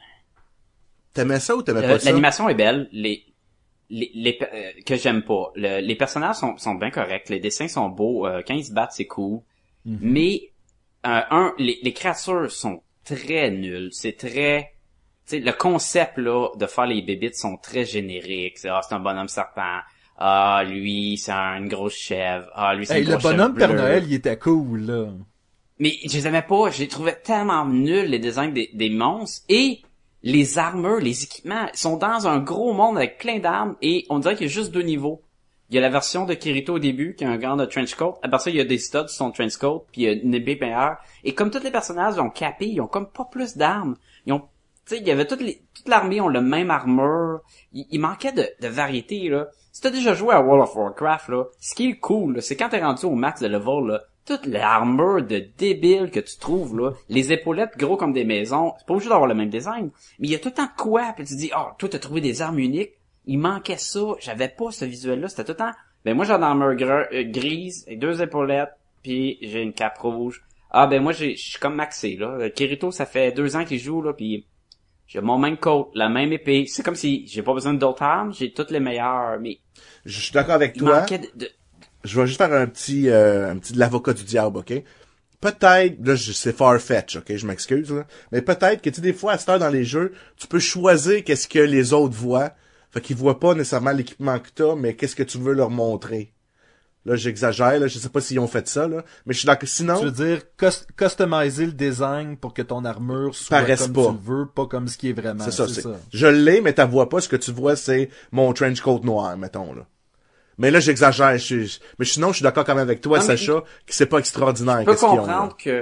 T'aimais ça ou t'aimais Euh, pas ça? L'animation est belle, les, les, les euh, que j'aime pas. Le, les personnages sont, sont bien corrects, les dessins sont beaux, euh, quand ils se battent, c'est cool. Mm-hmm. Mais, euh, un, les, les créatures sont très nulles, c'est très... Tu sais, le concept, là, de faire les bébites sont très génériques. C'est, ah, c'est un bonhomme serpent. Ah, lui, c'est un, une grosse chèvre. Ah, lui, c'est hey, une le grosse chèvre bonhomme Père bleue. Noël, il était cool, là. Mais je les aimais pas. Je les trouvais tellement nuls, les designs des, des monstres. Et les armures, les équipements, ils sont dans un gros monde avec plein d'armes. Et on dirait qu'il y a juste deux niveaux. Il y a la version de Kirito au début, qui a un gant de trench coat. Après ça, il y a des studs sur son trench coat, puis il y a une épée meilleure. Et comme tous les personnages ils ont capé, ils ont comme pas plus d'armes. Ils ont, tu sais, il y avait toute, les, toute l'armée ont le même armure. Il, il manquait de, de variété, là. Si t'as déjà joué à World of Warcraft, là, ce qui est cool, là, c'est quand t'es rendu au max de level, là, toute l'armure de débile que tu trouves, là, les épaulettes gros comme des maisons, c'est pas obligé d'avoir le même design, mais il y a tout le temps de quoi, puis tu dis, oh, toi t'as trouvé des armes uniques, il manquait ça, j'avais pas ce visuel-là, c'était tout le temps, ben moi j'ai une armure gr- euh, grise, et deux épaulettes, puis j'ai une cape rouge, ah ben moi j'ai, je suis comme maxé, là, Kirito ça fait deux ans qu'il joue, là, puis j'ai mon même coat, la même épée, c'est comme si j'ai pas besoin d'autres armes, j'ai toutes les meilleures, mais... Je suis d'accord avec il toi. manquait de... de... Je vais juste faire un petit, euh, un petit de l'avocat du diable, ok? Peut-être, là, je- c'est far-fetch, ok? Je m'excuse, là. Mais peut-être que, tu sais, des fois, à cette heure dans les jeux, tu peux choisir qu'est-ce que les autres voient. Fait qu'ils voient pas nécessairement l'équipement que t'as, mais qu'est-ce que tu veux leur montrer. Là, j'exagère, là. Je sais pas s'ils ont fait ça, là. Mais je suis d'accord. Sinon, Tu veux dire, cus- customiser le design pour que ton armure soit Paraisse comme pas. tu le veux, pas comme ce qui est vraiment. c'est ça, c'est, je l'ai, mais t'as vois pas. Ce que tu vois, c'est mon trench coat noir, mettons, là. Mais là, j'exagère. Je, je- mais sinon, je suis d'accord quand même avec toi, Non, mais Sacha, que c'est pas extraordinaire. Je peux qu'est-ce qu'ils ont, là. comprendre que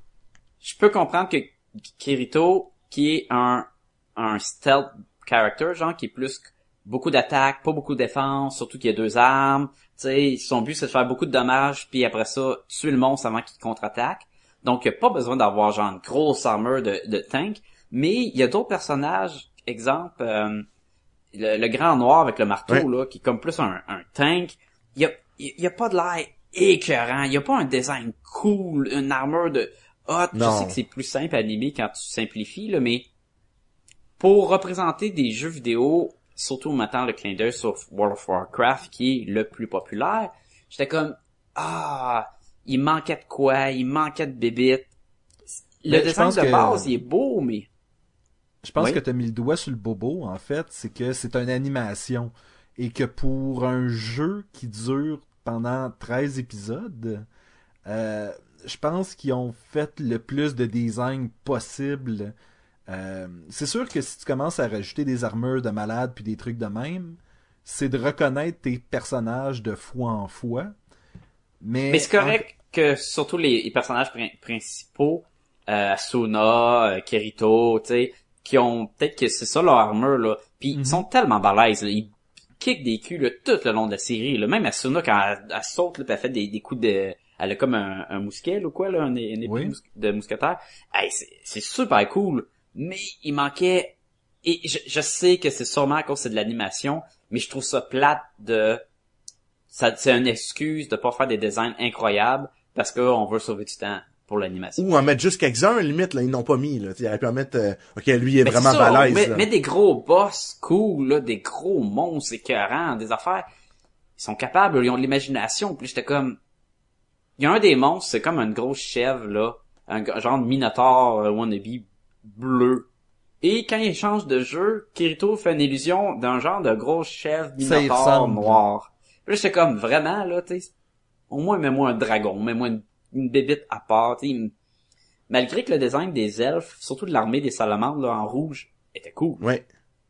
je peux comprendre que Kirito, qui est un un stealth character, genre qui est plus beaucoup d'attaques, pas beaucoup de défense, surtout qu'il y a deux armes. Tu sais, son but c'est de faire beaucoup de dommages, puis après ça, tuer le monstre avant qu'il contre-attaque. Donc, il n'y a pas besoin d'avoir genre une grosse armure de, de tank. Mais il y a d'autres personnages, exemple, euh, le, le grand noir avec le marteau, ouais. là, qui est comme plus un, un tank. Il y a, il y a pas de l'air écœurant. Il y a pas un design cool, une armure de hot. Je sais que c'est plus simple à animer quand tu simplifies, là, mais pour représenter des jeux vidéo, surtout maintenant le clin d'œil sur World of Warcraft, qui est le plus populaire, j'étais comme, ah, il manquait de quoi, il manquait de bébites. Le Mais design de que... base, il est beau, mais... Je pense oui. que t'as mis le doigt sur le bobo, en fait, c'est que c'est une animation. Et que pour un jeu qui dure pendant treize épisodes, euh, je pense qu'ils ont fait le plus de design possible. Euh, c'est sûr que si tu commences à rajouter des armures de malade puis des trucs de même, c'est de reconnaître tes personnages de fois en fois. Mais, Mais c'est correct en... que surtout les, les personnages pr- principaux, euh, Asuna, euh, Kirito, tu sais, qui ont peut-être que c'est ça leur armure là, puis mm-hmm. ils sont tellement balèzes, là. Ils kick des culs là, tout le long de la série, là. Même Asuna quand elle, elle saute là, pis elle fait des, des coups de, elle a comme un, un mousquet là, ou quoi là, un, un épée oui. mus- de mousquetaire. Hey, c'est, c'est super cool, mais il manquait. Et je, je sais que c'est sûrement à cause c'est de l'animation, mais je trouve ça plate de. Ça, c'est une excuse de pas faire des designs incroyables parce qu'on veut sauver du temps pour l'animation. Ou en mettre juste quelques-uns, limite, là, ils n'ont pas mis, là. Ils auraient pu en mettre, euh, ok, lui, il est mais vraiment c'est ça, balèze. Mais, là. mais des gros boss cool, là, des gros monstres écœurants, des affaires. Ils sont capables, ils ont de l'imagination. Puis j'étais comme, il y a un des monstres, c'est comme une grosse chèvre, là. Un genre de Minotaur euh, wannabe bleu. Et quand il change de jeu, Kirito fait une illusion d'un genre de grosse chèvre Minotaur noir. Puis là, j'étais comme, vraiment, là, tu sais, au moins, mets-moi un dragon, mets-moi une, une bébite à part, tu sais. Malgré que le design des elfes, surtout de l'armée des salamandres, là, en rouge, était cool. Ouais.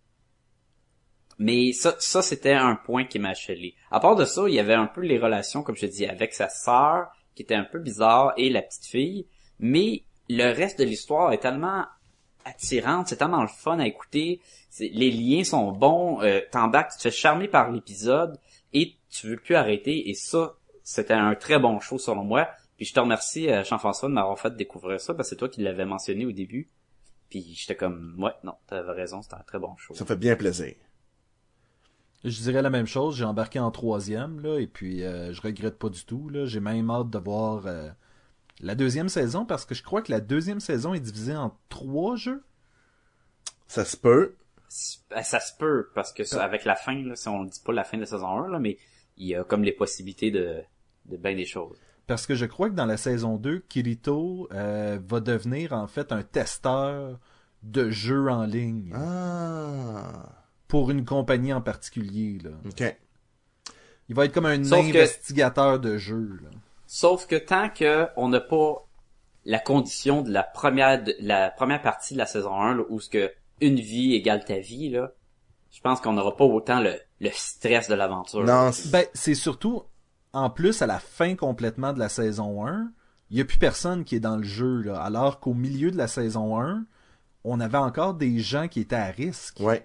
Mais ça, ça, c'était un point qui m'a chelé. À part de ça, il y avait un peu les relations, comme je dis, avec sa sœur, qui était un peu bizarre, et la petite fille. Mais le reste de l'histoire est tellement attirante, c'est tellement le fun à écouter. C'est, les liens sont bons, euh, t'embarques, tu te fais charmer par l'épisode, et tu veux plus arrêter. Et ça, c'était un très bon show selon moi. Puis je te remercie, euh, Jean-François, de m'avoir fait découvrir ça, parce que c'est toi qui l'avais mentionné au début. Puis j'étais comme, ouais, non, t'avais raison, c'était un très bon show. Ça fait bien plaisir. Je dirais la même chose, j'ai embarqué en troisième, là, et puis euh, je regrette pas du tout, là. J'ai même hâte de voir euh, la deuxième saison, parce que je crois que la deuxième saison est divisée en trois jeux. Ça se peut. Ça, ça se peut, parce que ça, avec la fin, là, si on ne dit pas la fin de la saison un, là, mais il y a comme les possibilités de, de bien des choses. Parce que je crois que dans la saison deux, Kirito euh, va devenir en fait un testeur de jeux en ligne. Ah. Pour une compagnie en particulier, là. OK. Il va être comme un Sauf investigateur que, de jeux, là. Sauf que tant que on n'a pas la condition de la première de la première partie de la saison un, là, où ce que une vie égale ta vie, là, je pense qu'on n'aura pas autant le, le stress de l'aventure. Non, c'est... Ben, c'est surtout, en plus, à la fin complètement de la saison un, il n'y a plus personne qui est dans le jeu, là. Alors qu'au milieu de la saison un, on avait encore des gens qui étaient à risque. Ouais.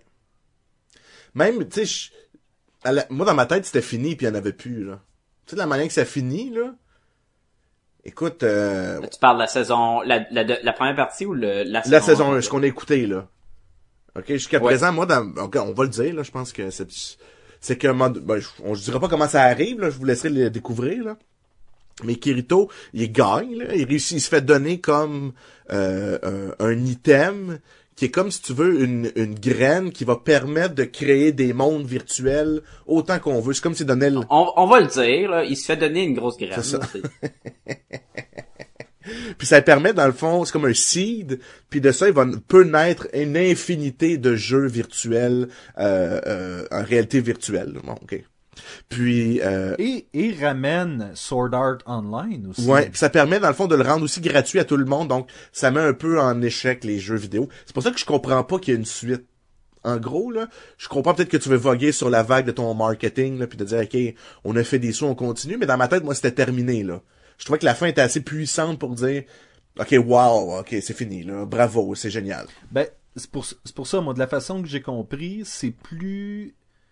Même, tu sais, la... moi, dans ma tête, c'était fini, puis il n'y en avait plus, là. Tu sais, de la manière que ça finit, là. Écoute, euh... Là, tu parles de la saison, la, la, la, la première partie ou le, la saison La saison un, un, ce qu'on a écouté, là. OK, jusqu'à ouais. présent, moi, dans... okay, on va le dire, là, je pense que c'est... C'est que, ben, on ne dira pas comment ça arrive, là, je vous laisserai le découvrir, là. Mais Kirito, il gagne, là, il réussit, il se fait donner comme euh, un, un item qui est comme, si tu veux, une, une graine qui va permettre de créer des mondes virtuels autant qu'on veut. C'est comme si donnait le... on, on va le dire, là, il se fait donner une grosse graine. C'est ça. Là, c'est... Puis ça permet, dans le fond, c'est comme un seed, puis de ça, il va peut naître une infinité de jeux virtuels euh, euh, en réalité virtuelle. Bon, OK. Puis euh, et, et ramène Sword Art Online aussi. Ouais, puis ça permet dans le fond de le rendre aussi gratuit à tout le monde, donc ça met un peu en échec les jeux vidéo. C'est pour ça que je comprends pas qu'il y ait une suite. En gros là, je comprends peut-être que tu veux voguer sur la vague de ton marketing là, puis de dire OK, on a fait des sous, on continue, mais dans ma tête moi c'était terminé là. Je trouvais que la fin était assez puissante pour dire OK, wow, OK, c'est fini là, bravo, c'est génial. Ben c'est pour c'est pour ça moi de la façon que j'ai compris, c'est plus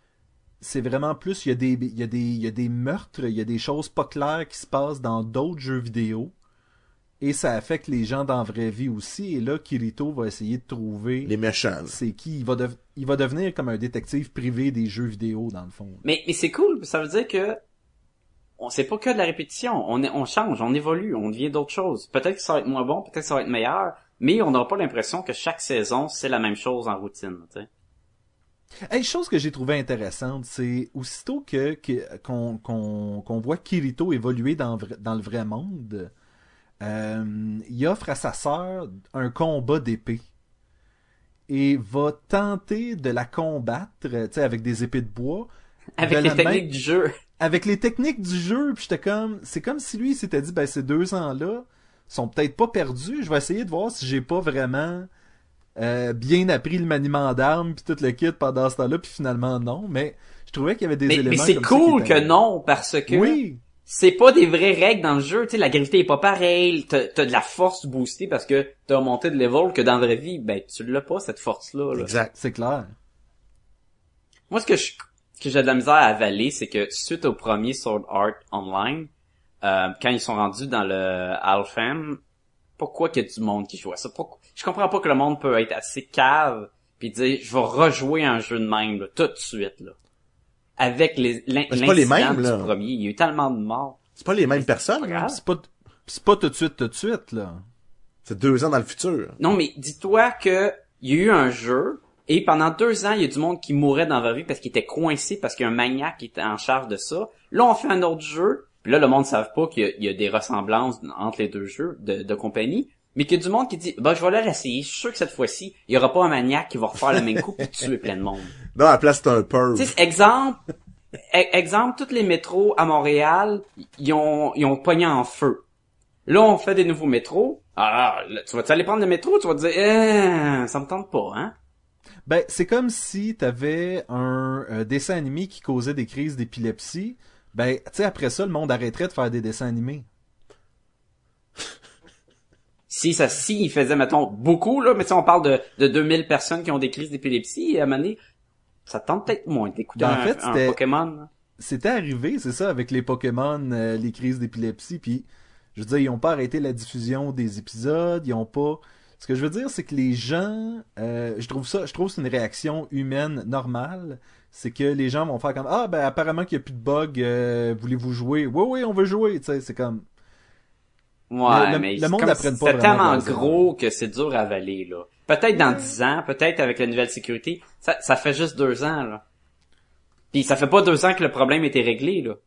c'est vraiment plus, il y a des, il y a des, il y a des meurtres, il y a des choses pas claires qui se passent dans d'autres jeux vidéo. Et ça affecte les gens dans la vraie vie aussi. Et là, Kirito va essayer de trouver... Les méchants. C'est qui? Il va, dev... il va devenir comme un détective privé des jeux vidéo, dans le fond. Mais, mais c'est cool. Ça veut dire que on c'est pas que de la répétition. On, est, on change, on évolue, on devient d'autres choses. Peut-être que ça va être moins bon, peut-être que ça va être meilleur. Mais on n'aura pas l'impression que chaque saison, c'est la même chose en routine. T'sais. Hey, chose que j'ai trouvé intéressante, c'est aussitôt que, que qu'on, qu'on, qu'on voit Kirito évoluer dans, dans le vrai monde... Euh, il offre à sa sœur un combat d'épée et va tenter de la combattre, tu sais, avec des épées de bois. Avec de les la techniques même... du jeu. Avec les techniques du jeu, puis j'étais comme... C'est comme si lui, il s'était dit, ben ces deux ans-là sont peut-être pas perdus, je vais essayer de voir si j'ai pas vraiment euh, bien appris le maniement d'armes puis tout le kit pendant ce temps-là, puis finalement non, mais je trouvais qu'il y avait des mais, éléments mais c'est comme cool ça qui étaient... que non, parce que... Oui! C'est pas des vraies règles dans le jeu, tu sais, la gravité est pas pareille, t'as, t'as de la force boostée parce que t'as monté de level que dans la vraie vie, ben, tu l'as pas, cette force-là, là. Exact. C'est clair. Moi, ce que je, que j'ai de la misère à avaler, c'est que suite au premier Sword Art Online, euh, quand ils sont rendus dans le Alphem, pourquoi qu'il y a du monde qui joue à ça? Pourquoi? Je comprends pas que le monde peut être assez cave pis dire, je vais rejouer un jeu de même, là, tout de suite, là. Avec les, l'in, c'est pas les mêmes, du là. premier. Il y a eu tellement de morts. C'est pas les mêmes personnes. pas là. grave. C'est pas, c'est pas tout de suite, tout de suite, là. C'est deux ans dans le futur. Non, mais dis-toi que il y a eu un jeu, et pendant deux ans, il y a du monde qui mourait dans la vie parce qu'il était coincé, parce qu'il y a un maniaque qui était en charge de ça. Là, on fait un autre jeu, puis là, le monde ne savent pas qu'il y a, il y a des ressemblances entre les deux jeux de, de compagnie, mais qu'il y a du monde qui dit, bah, je vais l'essayer, je suis sûr que cette fois-ci, il y aura pas un maniaque qui va refaire le même coup et tuer plein de monde. Non, à la place, c'est un purge. Tu sais, exemple, e- exemple, tous les métros à Montréal, ils ont, ils ont pogné en feu. Là, on fait des nouveaux métros. Ah, là, tu vas-tu aller prendre le métro? Tu vas te dire, eh, ça me tente pas, hein? Ben, c'est comme si t'avais un euh, dessin animé qui causait des crises d'épilepsie. Ben, tu sais, après ça, le monde arrêterait de faire des dessins animés. Si ça, si il faisait, mettons, beaucoup, là, mais si on parle de, de deux mille personnes qui ont des crises d'épilepsie, à un moment donné, ça te tente peut-être moins d'écouter Ben, un, en fait, un c'était- Pokémon, là. C'était arrivé, c'est ça, avec les Pokémon, euh, les crises d'épilepsie, puis je veux dire, ils ont pas arrêté la diffusion des épisodes, ils ont pas... Ce que je veux dire, c'est que les gens, euh, je trouve ça, je trouve que c'est une réaction humaine normale, c'est que les gens vont faire comme, ah, ben, apparemment qu'il y a plus de bugs, euh, voulez-vous jouer? Oui, oui, on veut jouer, tu sais, c'est comme... Ouais, Le- le- mais le c'est monde comme n'apprenne si pas c'était vraiment tellement dans ça. gros que c'est dur à avaler, là. Peut-être dans dix ans, peut-être avec la nouvelle sécurité, ça, ça fait juste deux ans, là. Puis ça fait pas deux ans que le problème était réglé, là.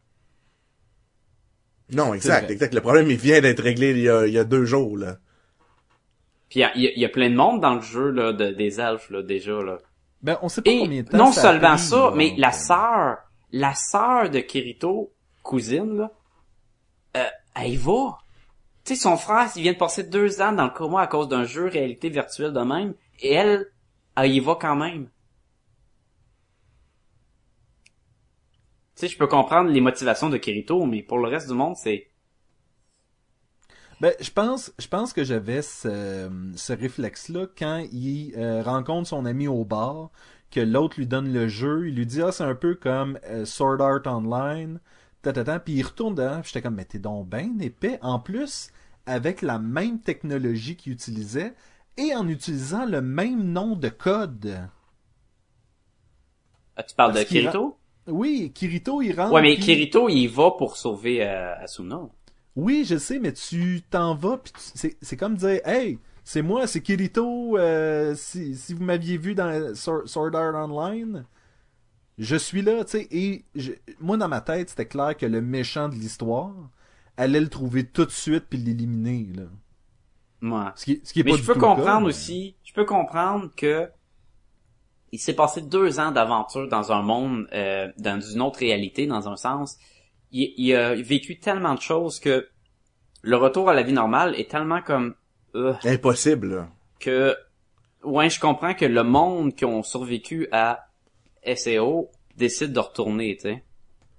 Non, exact, vrai. exact. Le problème, il vient d'être réglé il y a, il y a deux jours, là. Puis il y a, il y a- il y a plein de monde dans le jeu, là, de, des elfes, là, déjà, là. Ben, on sait pas Et combien de temps non ça a seulement pris, ça, là, mais donc, la euh, sœur, la sœur de Kirito, cousine, là, euh, elle y va. Tu sais, son frère, il vient de passer deux ans dans le coma à cause d'un jeu réalité virtuelle de même, et elle, elle y va quand même. Tu sais, je peux comprendre les motivations de Kirito, mais pour le reste du monde, c'est... Ben, je pense, je pense que j'avais ce, ce réflexe-là quand il euh, rencontre son ami au bar, que l'autre lui donne le jeu, il lui dit, ah, c'est un peu comme euh, Sword Art Online, tatatan, puis il retourne dedans, puis j'étais comme, mais t'es donc ben épais, en plus, avec la même technologie qu'il utilisait, et en utilisant le même nom de code. Ah, tu parles Parce de qu'il Kirito? Oui, Kirito, il rentre. Ouais, mais puis- Kirito, il y va pour sauver euh, Asuna. Oui, je sais, mais tu t'en vas, puis tu- c'est, c'est comme dire, hey, c'est moi, c'est Kirito, euh, si, si vous m'aviez vu dans Sword Sword Art Online, je suis là, tu sais, et je- moi, dans ma tête, c'était clair que le méchant de l'histoire allait le trouver tout de suite puis l'éliminer, là. Ouais. Ce qui, ce qui est Mais pas je du peux tout le cas, comprendre mais- aussi, je peux comprendre que il s'est passé deux ans d'aventure dans un monde, euh, dans une autre réalité, dans un sens. Il, il a vécu tellement de choses que le retour à la vie normale est tellement comme euh, Impossible, là. que ouais, je comprends que le monde qui ont survécu à S A O décide de retourner, tu sais.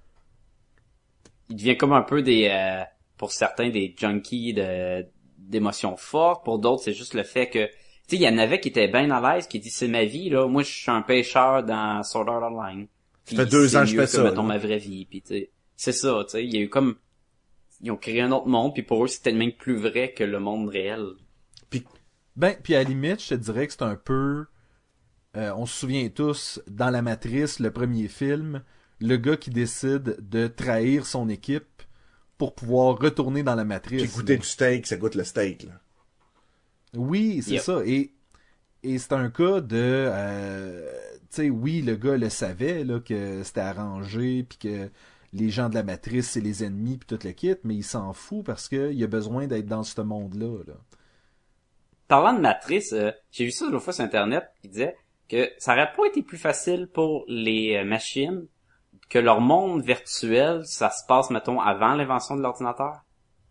Il devient comme un peu des euh, pour certains des junkies de d'émotions fortes, pour d'autres c'est juste le fait que tu sais, il y en avait qui étaient bien à l'aise, qui dit c'est ma vie là, moi je suis un pêcheur dans Sword Art Online. Puis fait deux c'est ans que je mieux fais ça, mettons, là. ma vraie vie. Puis tu sais, c'est ça, tu sais. Il y a eu comme... Ils ont créé un autre monde, puis pour eux, c'était même plus vrai que le monde réel. Ben, puis à la limite, je te dirais que c'est un peu... Euh, on se souvient tous, dans La Matrice, le premier film, le gars qui décide de trahir son équipe pour pouvoir retourner dans la Matrice. Puis goûter là. du steak, ça goûte le steak, là. Oui, c'est Yep. ça. Et, et c'est un cas de... Euh, tu sais, oui, le gars le savait, là, que c'était arrangé, puis que les gens de la Matrice, c'est les ennemis, puis tout le kit, mais il s'en fout parce qu'il a besoin d'être dans ce monde-là, là. Parlant de Matrice, euh, j'ai vu ça l'autre fois sur Internet, qui disait que ça aurait pas été plus facile pour les euh, machines que leur monde virtuel, ça se passe, mettons, avant l'invention de l'ordinateur.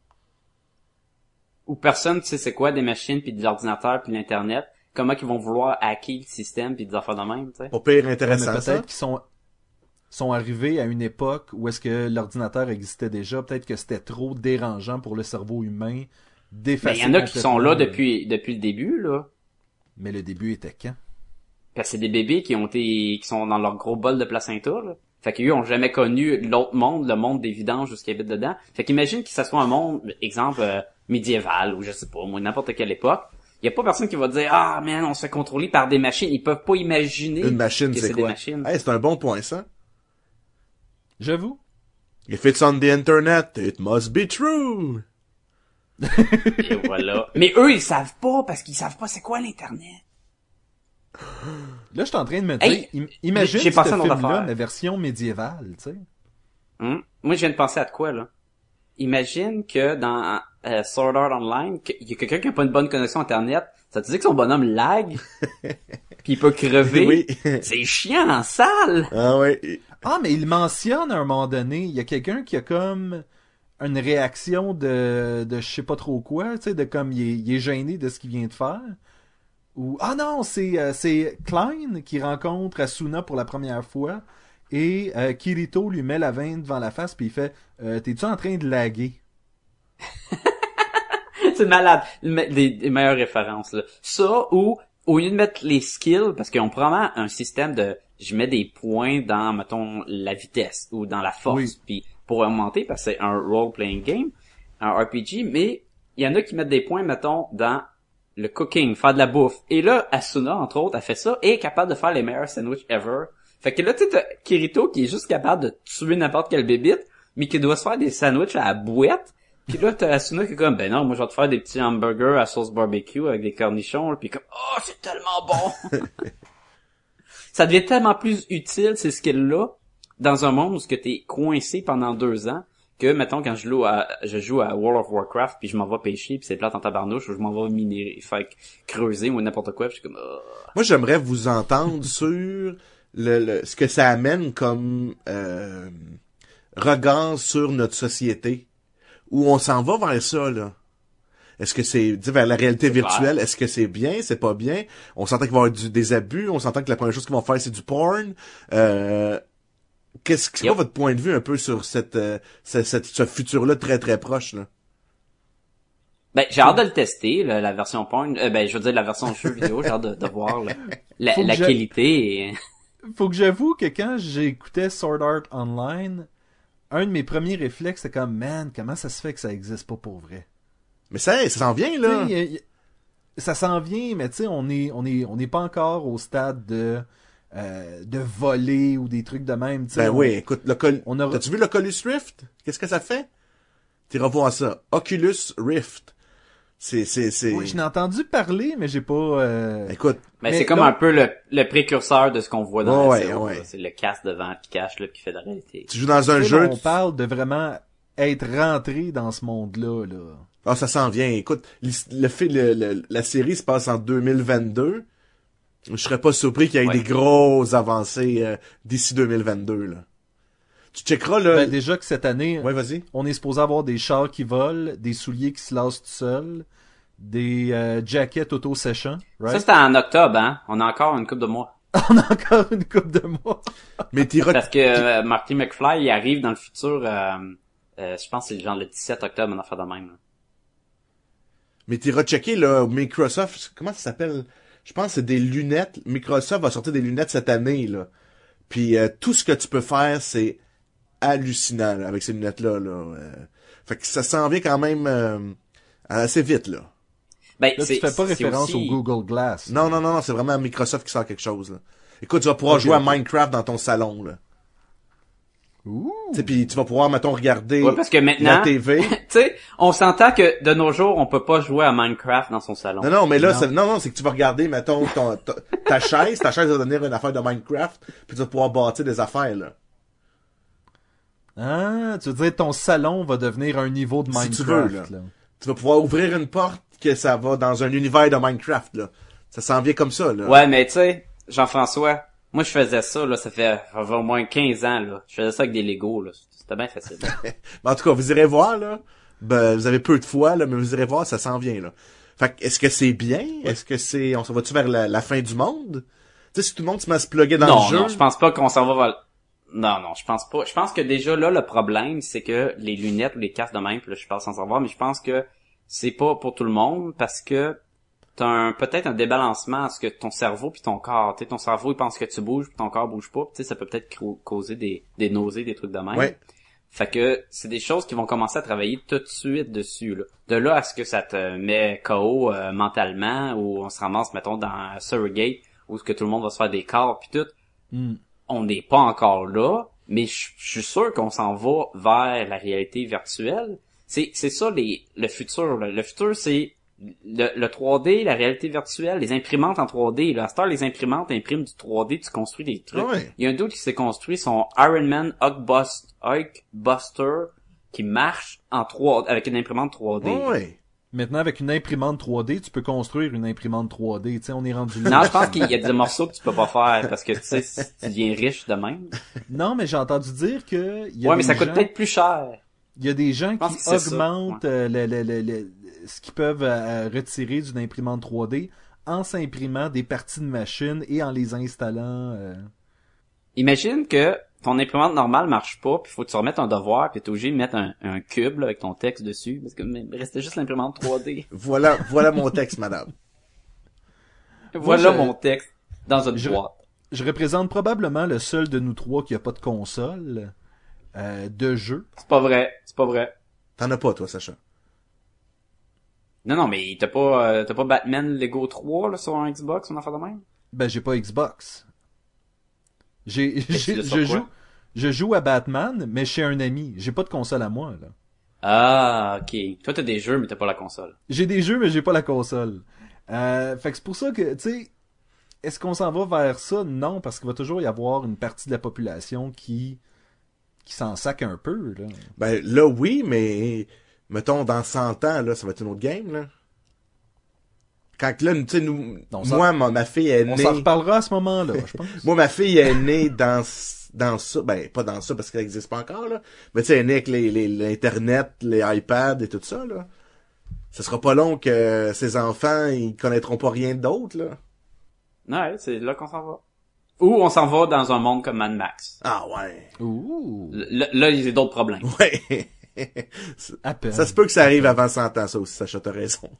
Ou personne ne sait c'est quoi des machines, puis de l'ordinateur, puis l'Internet. Comment qu'ils vont vouloir hacker le système, puis des affaires de même, tu sais. Pas pire Mais intéressant, peut-être ça. qu'ils sont, sont arrivés à une époque où est-ce que l'ordinateur existait déjà. Peut-être que c'était trop dérangeant pour le cerveau humain Ben, d'effacer il y en a qui sont là complètement, euh, depuis depuis le début, là. Mais le début était quand? Parce que c'est des bébés qui ont été, qui sont dans leur gros bol de placenta, là. Fait qu'eux ont jamais connu l'autre monde, le monde des vidanges, jusqu'à habitent dedans. Fait qu'imagine que ça soit un monde, exemple, euh, médiéval, ou je sais pas, moi, n'importe quelle époque. Y a pas personne qui va dire, ah, man, on se fait contrôler par des machines. Ils peuvent pas imaginer Une machine, que c'est c'est des quoi? machines. Hey, c'est un bon point, ça. J'avoue. If it's on the internet, it must be true. Et voilà. Mais eux, ils savent pas, parce qu'ils savent pas c'est quoi l'Internet. Là, je suis en train de me dire, Hey, im- imagine j'ai ce pensé à une autre film-là, affaire. mais version médiévale, tu sais. Hum? Moi, je viens de penser à de quoi, là. Imagine que dans euh, Sword Art Online, il y a quelqu'un qui a pas une bonne connexion Internet. Ça te dit que son bonhomme lag, puis il peut crever. Oui. C'est chiant en salle. Ah ouais. Ah, mais il mentionne à un moment donné, il y a quelqu'un qui a comme une réaction de, de je sais pas trop quoi, tu sais, de comme il est, il est gêné de ce qu'il vient de faire. Ou ah non, c'est euh, c'est Klein qui rencontre Asuna pour la première fois et euh, Kirito lui met la veine devant la face puis il fait euh, t'es-tu en train de laguer? C'est malade. Les, les meilleures références, là. Ça, ou au lieu de mettre les skills, parce qu'ils ont probablement un système de, je mets des points dans, mettons, la vitesse, ou dans la force, Oui. puis pour augmenter, parce que c'est un role-playing game, un R P G, mais il y en a qui mettent des points, mettons, dans le cooking, faire de la bouffe. Et là, Asuna, entre autres, a fait ça, et est capable de faire les meilleurs sandwichs ever. Fait que là, tu sais, t'as Kirito qui est juste capable de tuer n'importe quelle bébite, mais qui doit se faire des sandwichs à la bouette. Puis là, t'as Asuna qui est comme, ben non, moi je vais te faire des petits hamburgers à sauce barbecue avec des cornichons, puis comme, oh, c'est tellement bon! Ça devient tellement plus utile, ces skills-là, dans un monde où ce que t'es coincé pendant deux ans, que, mettons, quand je joue à, je joue à World of Warcraft, puis je m'en vais pêcher, puis c'est plate en tabarnouche, ou je m'en vais miner, faire creuser, ou n'importe quoi, puis je suis comme, oh. Moi, j'aimerais vous entendre sur le, le, ce que ça amène comme euh, regard sur notre société. Où on s'en va vers ça, là. Est-ce que c'est, dis, vers la réalité C'est virtuelle, clair. est-ce que c'est bien, c'est pas bien? On s'entend qu'il va y avoir du, des abus, on s'entend que la première chose qu'ils vont faire, c'est du porn. Euh, qu'est-ce que c'est Yep. quoi votre point de vue un peu sur cette, euh, ce, cette- ce futur-là très très proche, là? Ben, j'ai hâte de le tester, là, la version porn, euh, ben, je veux dire, la version jeu vidéo, j'ai hâte de, de voir, là, la, Faut que la je- qualité et... Faut que j'avoue que quand j'écoutais Sword Art Online, un de mes premiers réflexes c'était comme man, comment ça se fait que ça existe pas pour vrai? Mais ça, ça s'en vient, là. Tu sais, y a- y a- ça s'en vient, mais tu sais, on est, on est, on n'est pas encore au stade de, euh, de voler ou des trucs de même. tu sais. Ben on- oui, écoute, le col... on aura- t'as-tu vu l'Oculus Rift? Qu'est-ce que ça fait? Tu revois ça. Oculus Rift. C'est, c'est, c'est... Oui, je n'ai entendu parler, mais j'ai pas. euh, Écoute, Mais, Mais c'est comme là- un peu le, le précurseur de ce qu'on voit dans Ouais, la série. ouais. là. C'est le casque devant qui cache, là, qui fait de la réalité. tu joues dans un tu sais, jeu... On tu- parle de vraiment être rentré dans ce monde-là. Là. Ah, ça s'en vient. Écoute, l'his- le, fait, le, le- la série se passe en deux mille vingt-deux. Je serais pas surpris qu'il y ait Ouais. des grosses avancées euh, d'ici deux mille vingt-deux, là. Tu checkeras, là... Ben, déjà que cette année, Ouais, vas-y. on est supposé avoir des chars qui volent, des souliers qui se lassent tout seuls, des euh, jackets auto-séchants. Ça, Right? c'était en octobre, hein. On a encore une couple de mois. On a encore une coupe de mois. Mais t'iras... Parce que euh, Marty McFly, il arrive dans le futur, euh, euh, je pense que c'est genre le dix-sept octobre, une affaire de même, là. Mais t'iras checker, là, Microsoft... Comment ça s'appelle? Je pense que c'est des lunettes. Microsoft va sortir des lunettes cette année, là. Puis euh, tout ce que tu peux faire, c'est hallucinant là, avec ces lunettes-là. Là. Euh, fait que ça s'en vient quand même euh, assez vite, là. Ben, Là, tu fais pas référence aussi... au Google Glass. Non, non, non, non, c'est vraiment Microsoft qui sort quelque chose, là. Écoute, tu vas pouvoir okay, jouer okay. à Minecraft dans ton salon, là. Ouh. Tu sais, puis tu vas pouvoir, mettons, regarder Ouais, parce que maintenant, la T V. tu sais, on s'entend que de nos jours, on peut pas jouer à Minecraft dans son salon. Non, non, mais là, Non. c'est, non, non, c'est que tu vas regarder, mettons, ton, ta, ta chaise, ta chaise va devenir une affaire de Minecraft, puis tu vas pouvoir bâtir des affaires, là. Ah, tu veux dire ton salon va devenir un niveau de Si Minecraft, tu veux, là. là. Tu vas pouvoir ouvrir une porte que ça va dans un univers de Minecraft, là. Ça s'en vient comme ça, là. Ouais, mais tu sais, Jean-François, moi je faisais ça, là, ça fait, ça fait au moins quinze ans, là. Je faisais ça avec des Legos, là. C'était bien facile. Mais en tout cas, vous irez voir, là. Ben, vous avez peu de foi, là, mais vous irez voir, ça s'en vient, là. Fait que, est-ce que c'est bien? Est-ce que c'est, on s'en va-tu vers la, la fin du monde? Tu sais, si tout le monde se met à se plugger dans non, le jeu. non, je pense pas qu'on s'en va vers... Non, non, je pense pas. Je pense que déjà là, le problème, c'est que les lunettes ou les casques de même, puis là, je parle sans savoir, mais je pense que c'est pas pour tout le monde parce que t'as un, peut-être un débalancement à ce que ton cerveau puis ton corps, tu sais, ton cerveau, il pense que tu bouges puis ton corps bouge pas, tu sais, ça peut peut-être cro- causer des, des nausées, des trucs de même. Ouais. Fait que c'est des choses qui vont commencer à travailler tout de suite dessus, là. De là à ce que ça te met K O euh, mentalement, ou on se ramasse, mettons, dans Surrogate, où ce que tout le monde va se faire des corps puis tout. Mm. On n'est pas encore là, mais je je suis sûr qu'on s'en va vers la réalité virtuelle. C'est c'est ça les le futur. Là. Le futur, c'est le, le trois D, la réalité virtuelle, les imprimantes en trois D. Là. À cette heure, les imprimantes impriment du trois D, tu construis des trucs. Ah ouais. Il y a un dude qui s'est construit son Iron Man Hulkbust- Hulkbuster qui marche en trois avec une imprimante trois D. Ouais. Maintenant, avec une imprimante trois D, tu peux construire une imprimante trois D. Tu sais, on est rendu là. Non, je pense qu'il y a des morceaux que tu peux pas faire parce que tu sais, si tu deviens riche de même. Non, mais j'ai entendu dire que il y a Ouais, mais des ça coûte gens- peut-être plus cher. Il y a des gens pense qui que c'est ça, augmentent euh, le, le, le, le- ce qu'ils peuvent euh, retirer d'une imprimante trois D en s'imprimant des parties de machine et en les installant. euh. Imagine que ton imprimante normale marche pas, puis faut que tu remettes un devoir, puis t'es obligé de mettre un, un cube là, avec ton texte dessus, parce que mais, restait juste l'imprimante trois D. Voilà, voilà mon texte, madame. Voilà je- mon texte dans une je- boîte. Je représente probablement le seul de nous trois qui a pas de console euh, de jeu. C'est pas vrai, c'est pas vrai. T'en as pas, toi, Sacha. Non, non, mais t'as pas, euh, t'as pas Batman Lego trois là sur un Xbox, on en fait de même? Ben, j'ai pas Xbox. J'ai, tu j'ai- l'as sur je quoi? joue, je joue à Batman, mais chez un ami. J'ai pas de console à moi, là. Ah, ok. Toi t'as des jeux, mais t'as pas la console. J'ai des jeux, mais j'ai pas la console. Euh, fait que c'est pour ça que, tu sais, est-ce qu'on s'en va vers ça? Non, parce qu'il va toujours y avoir une partie de la population qui, qui s'en sac un peu, là. Ben, là, oui, mais, mettons, dans cent ans, là, ça va être une autre game, là. Quand que là, tu sais, nous, Non, ça- moi, ma, ma fille est On née, s'en reparlera à ce moment-là, je pense. moi, ma fille est née dans, c- dans ça, ben, pas dans ça parce qu'elle existe pas encore, là. Mais tu sais, elle est née avec les, les, l'internet, les iPads et tout ça, là. Ce sera pas long que ses enfants, ils connaîtront pas rien d'autre, là. Ouais, c'est là qu'on s'en va. Ou on s'en va dans un monde comme Mad Max. Ah ouais. Ouh, Là, là il y a d'autres problèmes. Ouais. à peine. Ça se peut que ça arrive avant cent ans, ça aussi, Sacha, t'as raison.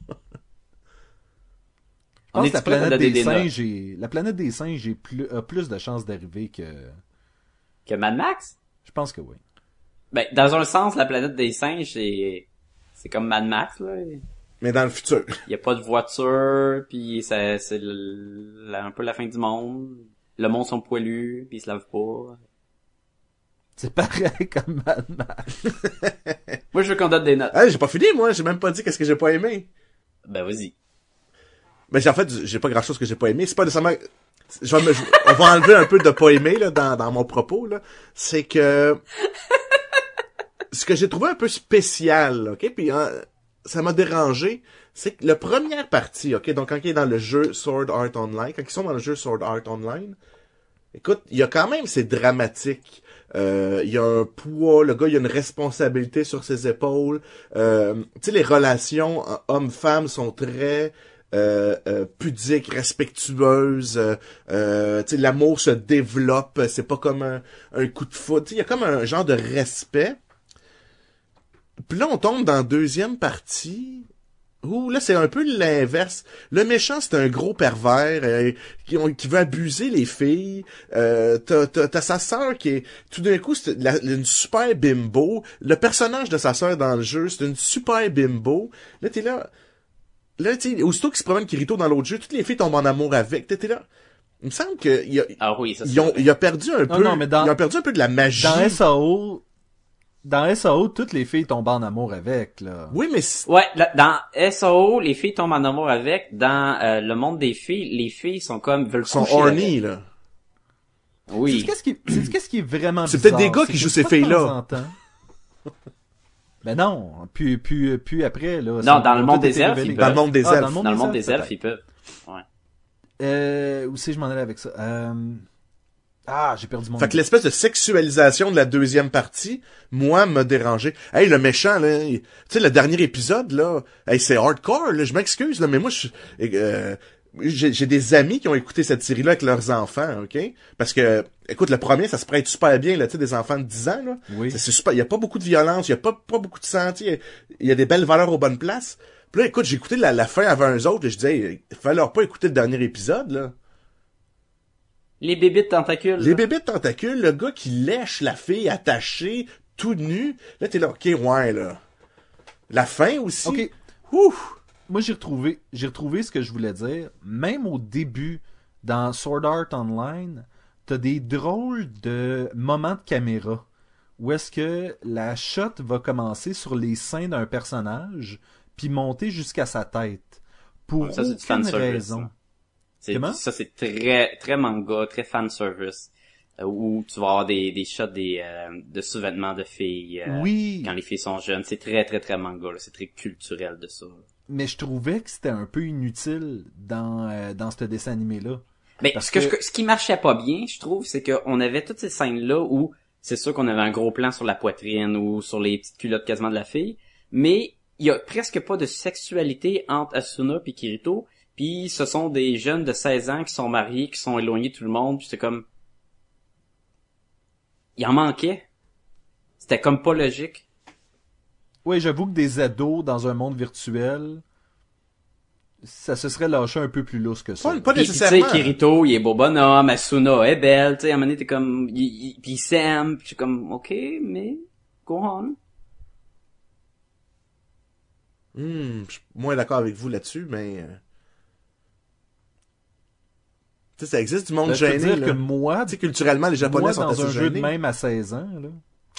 Je pense On que est la prêt à planète donner des des notes? singes, est- la planète des singes est plus, a plus de chances d'arriver que, Que Mad Max? je pense que oui. Ben, dans un sens, la planète des singes, c'est, c'est comme Mad Max, là. Mais dans le futur. Il y a pas de voiture, puis ça, c'est le- la- un peu la fin du monde. Le monde sont poilus, puis ils se lavent pas. C'est pareil comme Mad Max. Moi, je veux qu'on donne des notes. Ah, j'ai pas fini, moi. J'ai même pas dit qu'est-ce que j'ai pas aimé. Ben, vas-y. Mais en fait, j'ai pas grand chose que j'ai pas aimé. C'est pas nécessairement, je vais me- je- on va enlever un peu de pas aimé, là, dans, dans mon propos, là. C'est que, ce que j'ai trouvé un peu spécial, ok, puis hein, ça m'a dérangé, c'est que la première partie, ok, donc quand il est dans le jeu Sword Art Online, quand ils sont dans le jeu Sword Art Online, écoute, il y a quand même, c'est dramatique. Euh, il y a un poids, le gars, il y a une responsabilité sur ses épaules. Euh, tu sais, les relations euh, hommes-femmes sont très euh, euh, pudiques, respectueuses. Euh, euh, tu sais, l'amour se développe. C'est pas comme un, un coup de foot. Tu sais, il y a comme un genre de respect. Puis là, on tombe dans la deuxième partie. Ouh, là, c'est un peu l'inverse. Le méchant, c'est un gros pervers euh, qui, on- qui veut abuser les filles. Euh, t'as, t'as, t'as sa sœur qui est... Tout d'un coup, c'est la- une super bimbo. Le personnage de sa sœur dans le jeu, c'est une super bimbo. Là, t'es là... Là, tu sais, aussitôt qu'il se promène Kirito dans l'autre jeu, toutes les filles tombent en amour avec. T'es t'es là... Il me semble que... Il a, Ah oui, ça c'est ils ont, vrai. il a perdu un Non, peu... non, mais dans- Ils ont perdu un peu de la magie. Dans S A O, dans S A O, toutes les filles tombent en amour avec, là. Oui, mais... c'est- Ouais, là, dans S A O, les filles tombent en amour avec. Dans euh, le monde des filles, les filles sont comme veulent Ils sont coucher horny, avec. là. Oui. C'est qu'est-ce qui, c'est qu'est-ce qui est vraiment C'est bizarre, peut-être des gars c'est qui que jouent ces de temps filles-là. en temps- Ben non, puis puis puis après là. Non, ça- dans le tout monde été des elfes, révélé. ils Dans le monde des Ah, elfes. Dans le monde, Dans le monde des des elfes, peut-être. ils peuvent. Ouais. Euh, où c'est que je m'en allais avec ça? Euh... Ah, j'ai perdu mon... Fait que l'espèce de sexualisation de la deuxième partie, moi, m'a dérangé. Hey, le méchant, là, il- tu sais, le dernier épisode, là, hey, c'est hardcore, là, je m'excuse, là, mais moi, je, euh, j'ai, j'ai des amis qui ont écouté cette série-là avec leurs enfants, ok? Parce que, écoute, le premier, ça se prête super bien, là, tu sais, des enfants de dix ans, là. Oui. C'est, c'est super, il y a pas beaucoup de violence, il y a pas, pas beaucoup de sang, tu sais, il y a des belles valeurs aux bonnes places. Puis là, écoute, j'ai écouté la, la fin avant eux autres, et je disais, hey, il fallait leur pas écouter le dernier épisode, là. Les bébés de tentacules. Les là. bébés de tentacules, le gars qui lèche la fille attachée, tout nu. Là, t'es là, ok, ouais, là. La fin aussi. Ok. Ouh. Moi, j'ai retrouvé, j'ai retrouvé ce que je voulais dire. Même au début, dans Sword Art Online, t'as des drôles de moments de caméra où est-ce que la shot va commencer sur les seins d'un personnage puis monter jusqu'à sa tête. Pour Ouais, ça, c'est du fan aucune service, raison. ça. C'est, Comment? ça, c'est très, très manga, très fan service, euh, où tu vas avoir des, des shots des, euh, de sous-vêtements de filles, euh, Oui. quand les filles sont jeunes. C'est très, très, très manga, là. C'est très culturel de ça. Mais je trouvais que c'était un peu inutile dans, euh, dans ce dessin animé-là. Mais Parce ce que, que- je- ce qui marchait pas bien, je trouve, c'est qu'on avait toutes ces scènes-là où c'est sûr qu'on avait un gros plan sur la poitrine ou sur les petites culottes quasiment de la fille, mais il y a presque pas de sexualité entre Asuna et Kirito, puis ce sont des jeunes de seize ans qui sont mariés, qui sont éloignés de tout le monde, puis c'est comme... Il en manquait. C'était comme pas logique. Oui, j'avoue que des ados dans un monde virtuel, ça se serait lâché un peu plus lousse que ça. Pas, pas Puis, puis, tu sais, nécessairement. Kirito, il est beau bonhomme, Asuna est belle, tu sais, à un moment donné, t'es comme... Il, il, puis il s'aime, puis je suis comme, ok, mais... Go on. Hmm, je suis moins d'accord avec vous là-dessus, mais... euh, Tu sais, ça existe du monde Ben, je peux gêné, dire là. que moi, Tu sais, culturellement, les Japonais moi sont dans assez un jeu de gênés. même à seize ans, là,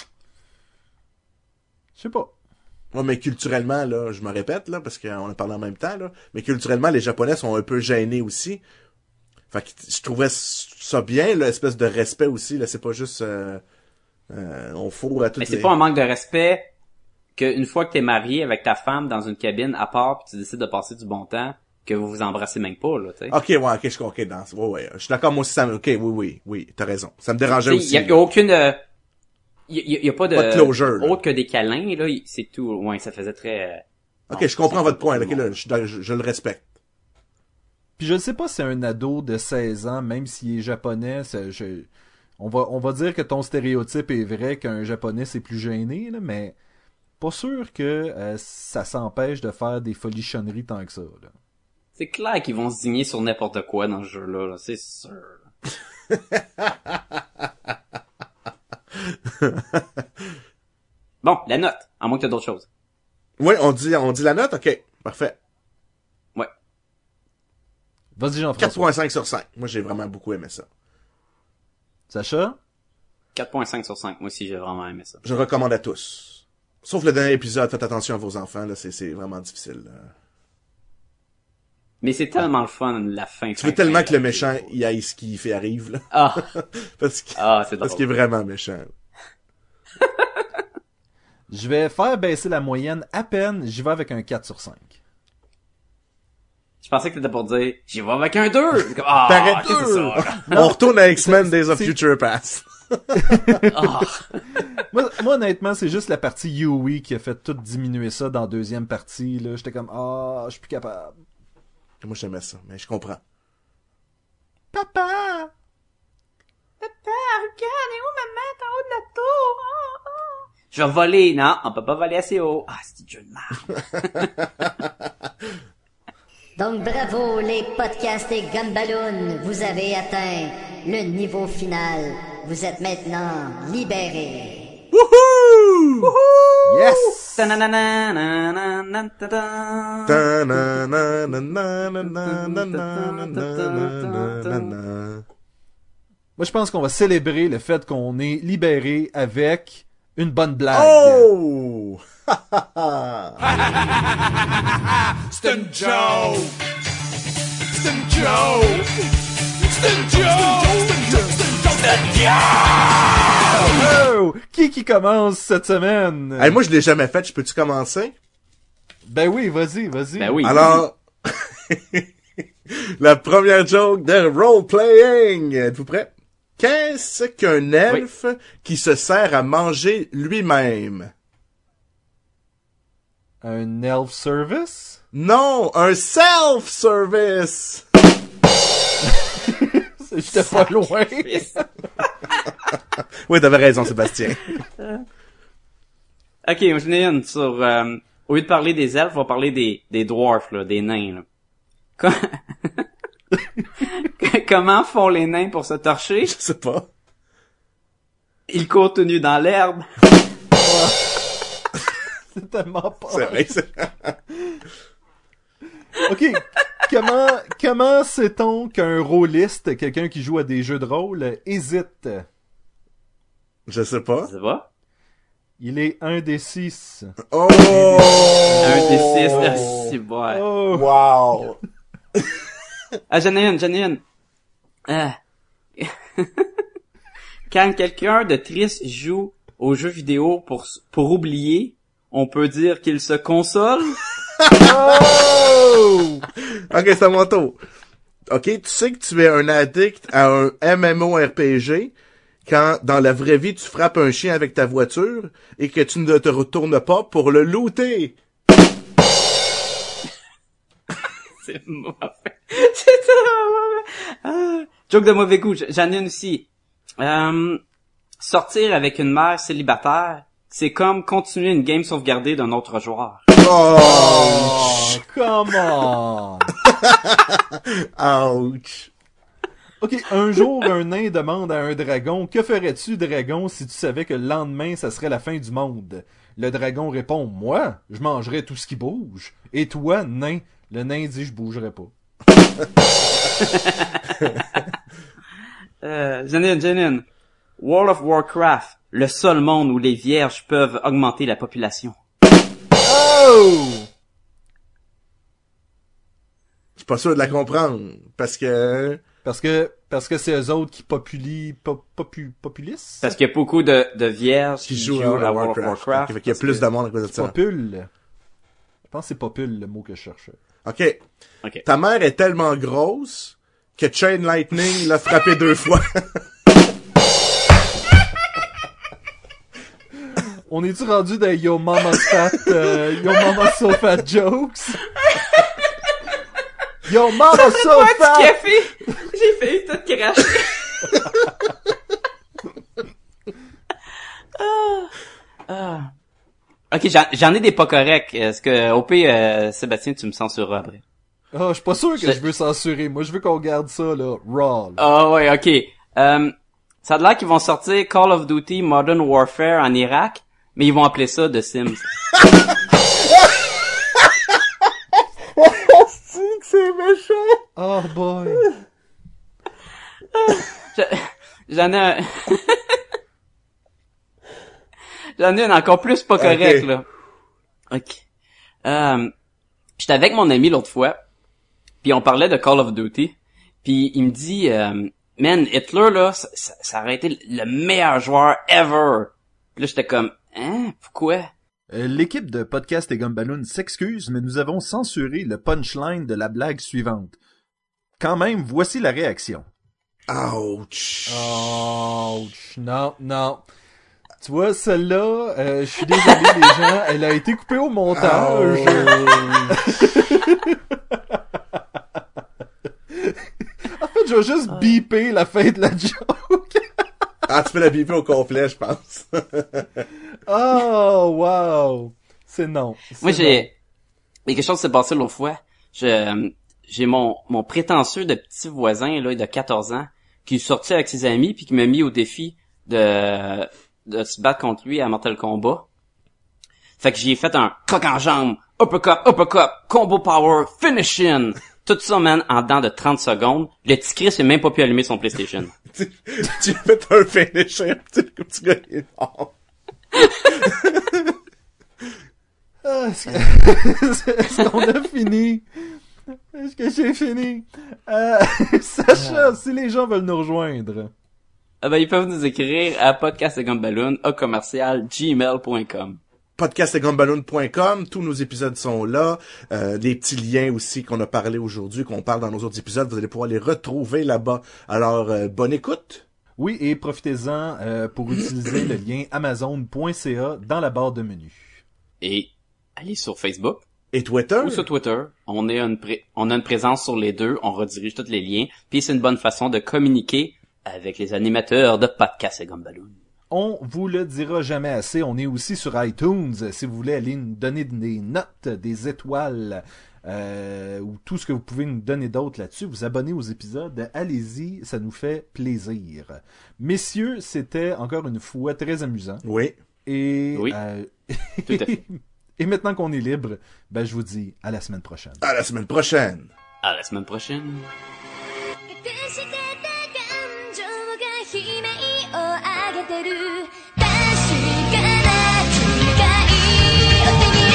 je sais pas. Ouais, mais culturellement, là, je me répète, là, parce qu'on a parlé en même temps, là, mais culturellement, les Japonais sont un peu gênés aussi. Fait que je trouvais ça bien, l'espèce de respect aussi, là, c'est pas juste... Euh, euh, on fourre à toutes Mais c'est les... pas un manque de respect qu'une fois que t'es marié avec ta femme dans une cabine à part pis tu décides de passer du bon temps, que vous vous embrassez même pas, là, tu sais. Ok, ouais, ok, je suis ok, dans, ouais, ouais, je suis d'accord, moi aussi, ça me, ok, oui, oui, oui, t'as raison. Ça me dérangeait Il aussi. y a, y a aucune, euh, y a, y a pas de, Pas de closure, là. autre que des câlins, là, y- c'est tout. Ouais, ça faisait très, euh, Ok, non, je comprends c'est votre pas point, tout ok, le là, monde. je, je, je le respecte. Puis je sais pas si un ado de seize ans, même s'il est japonais, c'est- je- on va on va dire que ton stéréotype est vrai qu'un japonais c'est plus gêné, là, mais pas sûr que euh, ça s'empêche de faire des folichonneries tant que ça. Là. C'est clair qu'ils vont se digner sur n'importe quoi dans ce jeu-là, là, c'est sûr. Bon, la note, à moins que t'aies d'autres choses. Oui, on dit, on dit la note, ok, parfait. Ouais. Vas-y quatre Jean-François. point cinq sur cinq. Moi, j'ai vraiment beaucoup aimé ça. Sacha? quatre point cinq sur cinq. Moi aussi, j'ai vraiment aimé ça. Je le recommande à tous. Sauf le dernier épisode, faites attention à vos enfants, là, c'est, c'est vraiment difficile. Là. Mais c'est tellement le fun, la fin. Tu veux tellement que le méchant, il aille ce qu'il fait arrive, là. Ah, Parce qu'il, ah, c'est drôle. parce qu'il est vraiment méchant. Je vais faire baisser la moyenne à peine, j'y vais avec un quatre sur cinq. Je pensais que t'étais pour dire, j'y vais avec un deux. Comme, ah, T'arrêtes qu'est-ce que c'est deux! ça, là? On retourne à X-Men Days of c'est- Future Past. Ah. Moi, moi, honnêtement, c'est juste la partie Yui qui a fait tout diminuer ça dans la deuxième partie. Là, j'étais comme, ah, je suis plus capable. Moi, j'aimais ça, mais je comprends. Papa! Papa, regarde, est où maman? T'es en haut de la tour? Oh, oh. Je vais voler. Non, on peut pas voler assez haut. Ah, c'est du jeu de merde. Donc bravo les podcasts et Gumballoon, vous avez atteint le niveau final. Vous êtes maintenant libérés. Wouhou! Yes! Ta-na-na-na-na-na-na-ta-da. Ta-na-na-na-na-na-na-na-na-na-na. Moi, je pense qu'on va célébrer le fait qu'on est libéré avec une bonne blague. Oh! C'est une joke! C'est une joke! C'est une joke! C'est une joke! Oh! Qui qui commence cette semaine? Hey, moi, je l'ai jamais fait. Je peux-tu commencer? Ben oui, vas-y, vas-y. Ben oui. Alors, la première joke de role-playing. Êtes-vous prêts? Qu'est-ce qu'un elfe qui se sert à manger lui-même? Un elf service? Non, un self-service! J'étais pas loin. Oui, t'avais raison, Sébastien. Ok, moi j'en ai une sur... Euh, au lieu de parler des elfes, on va parler des, des dwarfs, là, des nains. Là. Com- Comment font les nains pour se torcher? Je sais pas. Ils courent tout nus dans l'herbe. C'est tellement pas. C'est vrai, c'est... Ok, comment comment sait-on qu'un rôliste, quelqu'un qui joue à des jeux de rôle, hésite? Je sais pas. Ça va? Il est un des six. Oh! Un des six, ah, c'est bon. Oh! Wow! Ah, j'en ai une, j'en ai une. Ah. Quand quelqu'un de triste joue aux jeux vidéo pour, pour oublier, on peut dire qu'il se console. Oh! Ok, c'est à mon tour. Ok, tu sais que tu es un addict à un MMORPG quand, dans la vraie vie, tu frappes un chien avec ta voiture et que tu ne te retournes pas pour le looter. C'est mauvais. C'est tellement mauvais. Ah. Joke de mauvais goût, j'en ai une aussi. Euh, sortir avec une mère célibataire, c'est comme continuer une game sauvegardée d'un autre joueur. Oh! Oh, come on! Ouch! Ok, un jour, un nain demande à un dragon, que ferais-tu, dragon, si tu savais que le lendemain, ça serait la fin du monde? Le dragon répond, moi, je mangerais tout ce qui bouge. Et toi, nain? Le nain dit, je bougerai pas. euh, j'en ai une, j'en ai une. World of Warcraft, le seul monde où les vierges peuvent augmenter la population. Oh! Je suis pas sûr de la comprendre, parce que... Parce que, parce que c'est eux autres qui populient, pop, popu, populissent? Parce qu'il y a beaucoup de, de vierges Qui qui, jouent jouent à à World of Warcraft. Warcraft. Fait qu'il y a plus de monde à cause de ça. Popule. Je pense que c'est popule le mot que je cherchais. Ok. Ok. Ta mère est tellement grosse que Chain Lightning l'a frappé deux fois. On est-tu rendu des Yo Mama's Fat, euh, Yo Mama's So Fat jokes? Yo Mama's So Pas Fat! du café! J'ai failli tout cracher. ah. Ah. Ok, j'en, j'en ai des pas corrects. Est-ce que, au pire, euh, Sébastien, tu me censureras après? Ah, je suis pas sûr que Je- je veux censurer. Moi, je veux qu'on garde ça, là, raw. là. Ah ouais, ok. Euh, ça a l'air qu'ils vont sortir Call of Duty Modern Warfare en Irak, mais ils vont appeler ça The Sims. C'est méchant! Oh boy. Je- J'en ai un... J'en ai un encore plus pas correct, Ok. là. Ok. Euh, j'étais avec mon ami l'autre fois, puis on parlait de Call of Duty, puis il me dit, euh, man, Hitler, là, ça, ça, ça aurait été le meilleur joueur ever. Puis là, j'étais comme, hein, pourquoi? Euh, L'équipe de Podcast et Gumballoon s'excuse, mais nous avons censuré le punchline de la blague suivante. Quand même, voici la réaction. Ouch! Ouch. Non, non. Tu vois, celle-là, euh, je suis désolé les gens, elle a été coupée au montage. En fait, je vais juste beeper la fin de la joke. Ah, tu peux la biper au complet, je pense. Oh, wow! C'est non. C'est Moi, j'ai, non. il y a quelque chose qui s'est passé l'autre fois. Je, j'ai mon, mon prétentieux de petit voisin, là, de quatorze ans, qui est sorti avec ses amis puis qui m'a mis au défi de, de se battre contre lui à Mortal Kombat. Fait que j'ai fait un croc en jambe, uppercut, uppercut, combo power, finishing. Tout ça, man, en dedans de trente secondes. Le petit Chris n'a même pas pu allumer son PlayStation. tu, tu as fait un finisher, tu sais, comme tu gagnes. Ah, est-ce, que... est-ce qu'on a fini? Est-ce que j'ai fini? Euh, Sacha, si les gens veulent nous rejoindre. Ah ben, ils peuvent nous écrire à podcast et gumballoon au commercial gmail point com. podcast et gumballoon point com, tous nos épisodes sont là, euh, des petits liens aussi qu'on a parlé aujourd'hui, qu'on parle dans nos autres épisodes, vous allez pouvoir les retrouver là-bas. Alors, euh, bonne écoute! Oui, et profitez-en euh, pour utiliser le lien amazon point c a dans la barre de menu. Et allez sur Facebook. Et Twitter? Ou sur Twitter. On, est une pré- on a une présence sur les deux, on redirige tous les liens, puis c'est une bonne façon de communiquer avec les animateurs de Podcast et Gumballoon. On vous le dira jamais assez, on est aussi sur iTunes, si vous voulez aller nous donner des notes, des étoiles, euh, ou tout ce que vous pouvez nous donner d'autre là-dessus, vous abonner aux épisodes, allez-y, ça nous fait plaisir. Messieurs, c'était encore une fois très amusant. Oui. Et, Oui, euh, tout à fait. et maintenant qu'on est libre, ben je vous dis à la semaine prochaine. À la semaine prochaine! À la semaine prochaine. 隠してた感情が悲鳴を上げてる確かな機会を手に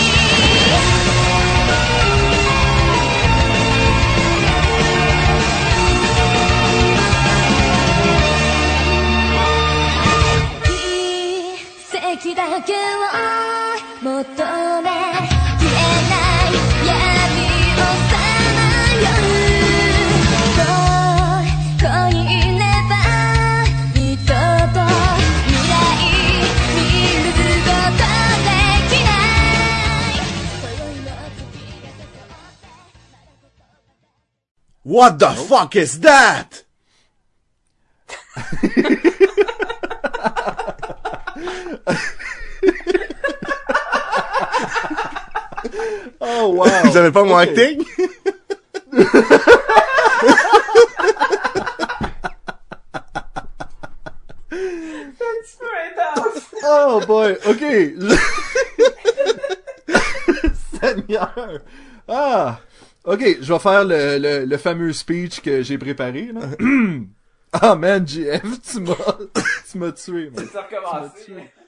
奇跡だけを求め消えない闇をさまよう What the fuck is that? Oh wow! Vous avez pas mon Okay. acting? Oh boy, ok. Seigneur. Ah, ok, je vais faire le, le, le fameux speech que j'ai préparé là. Ah man, J F, tu m'as, tu m'as tué. Man. Ça a recommencé.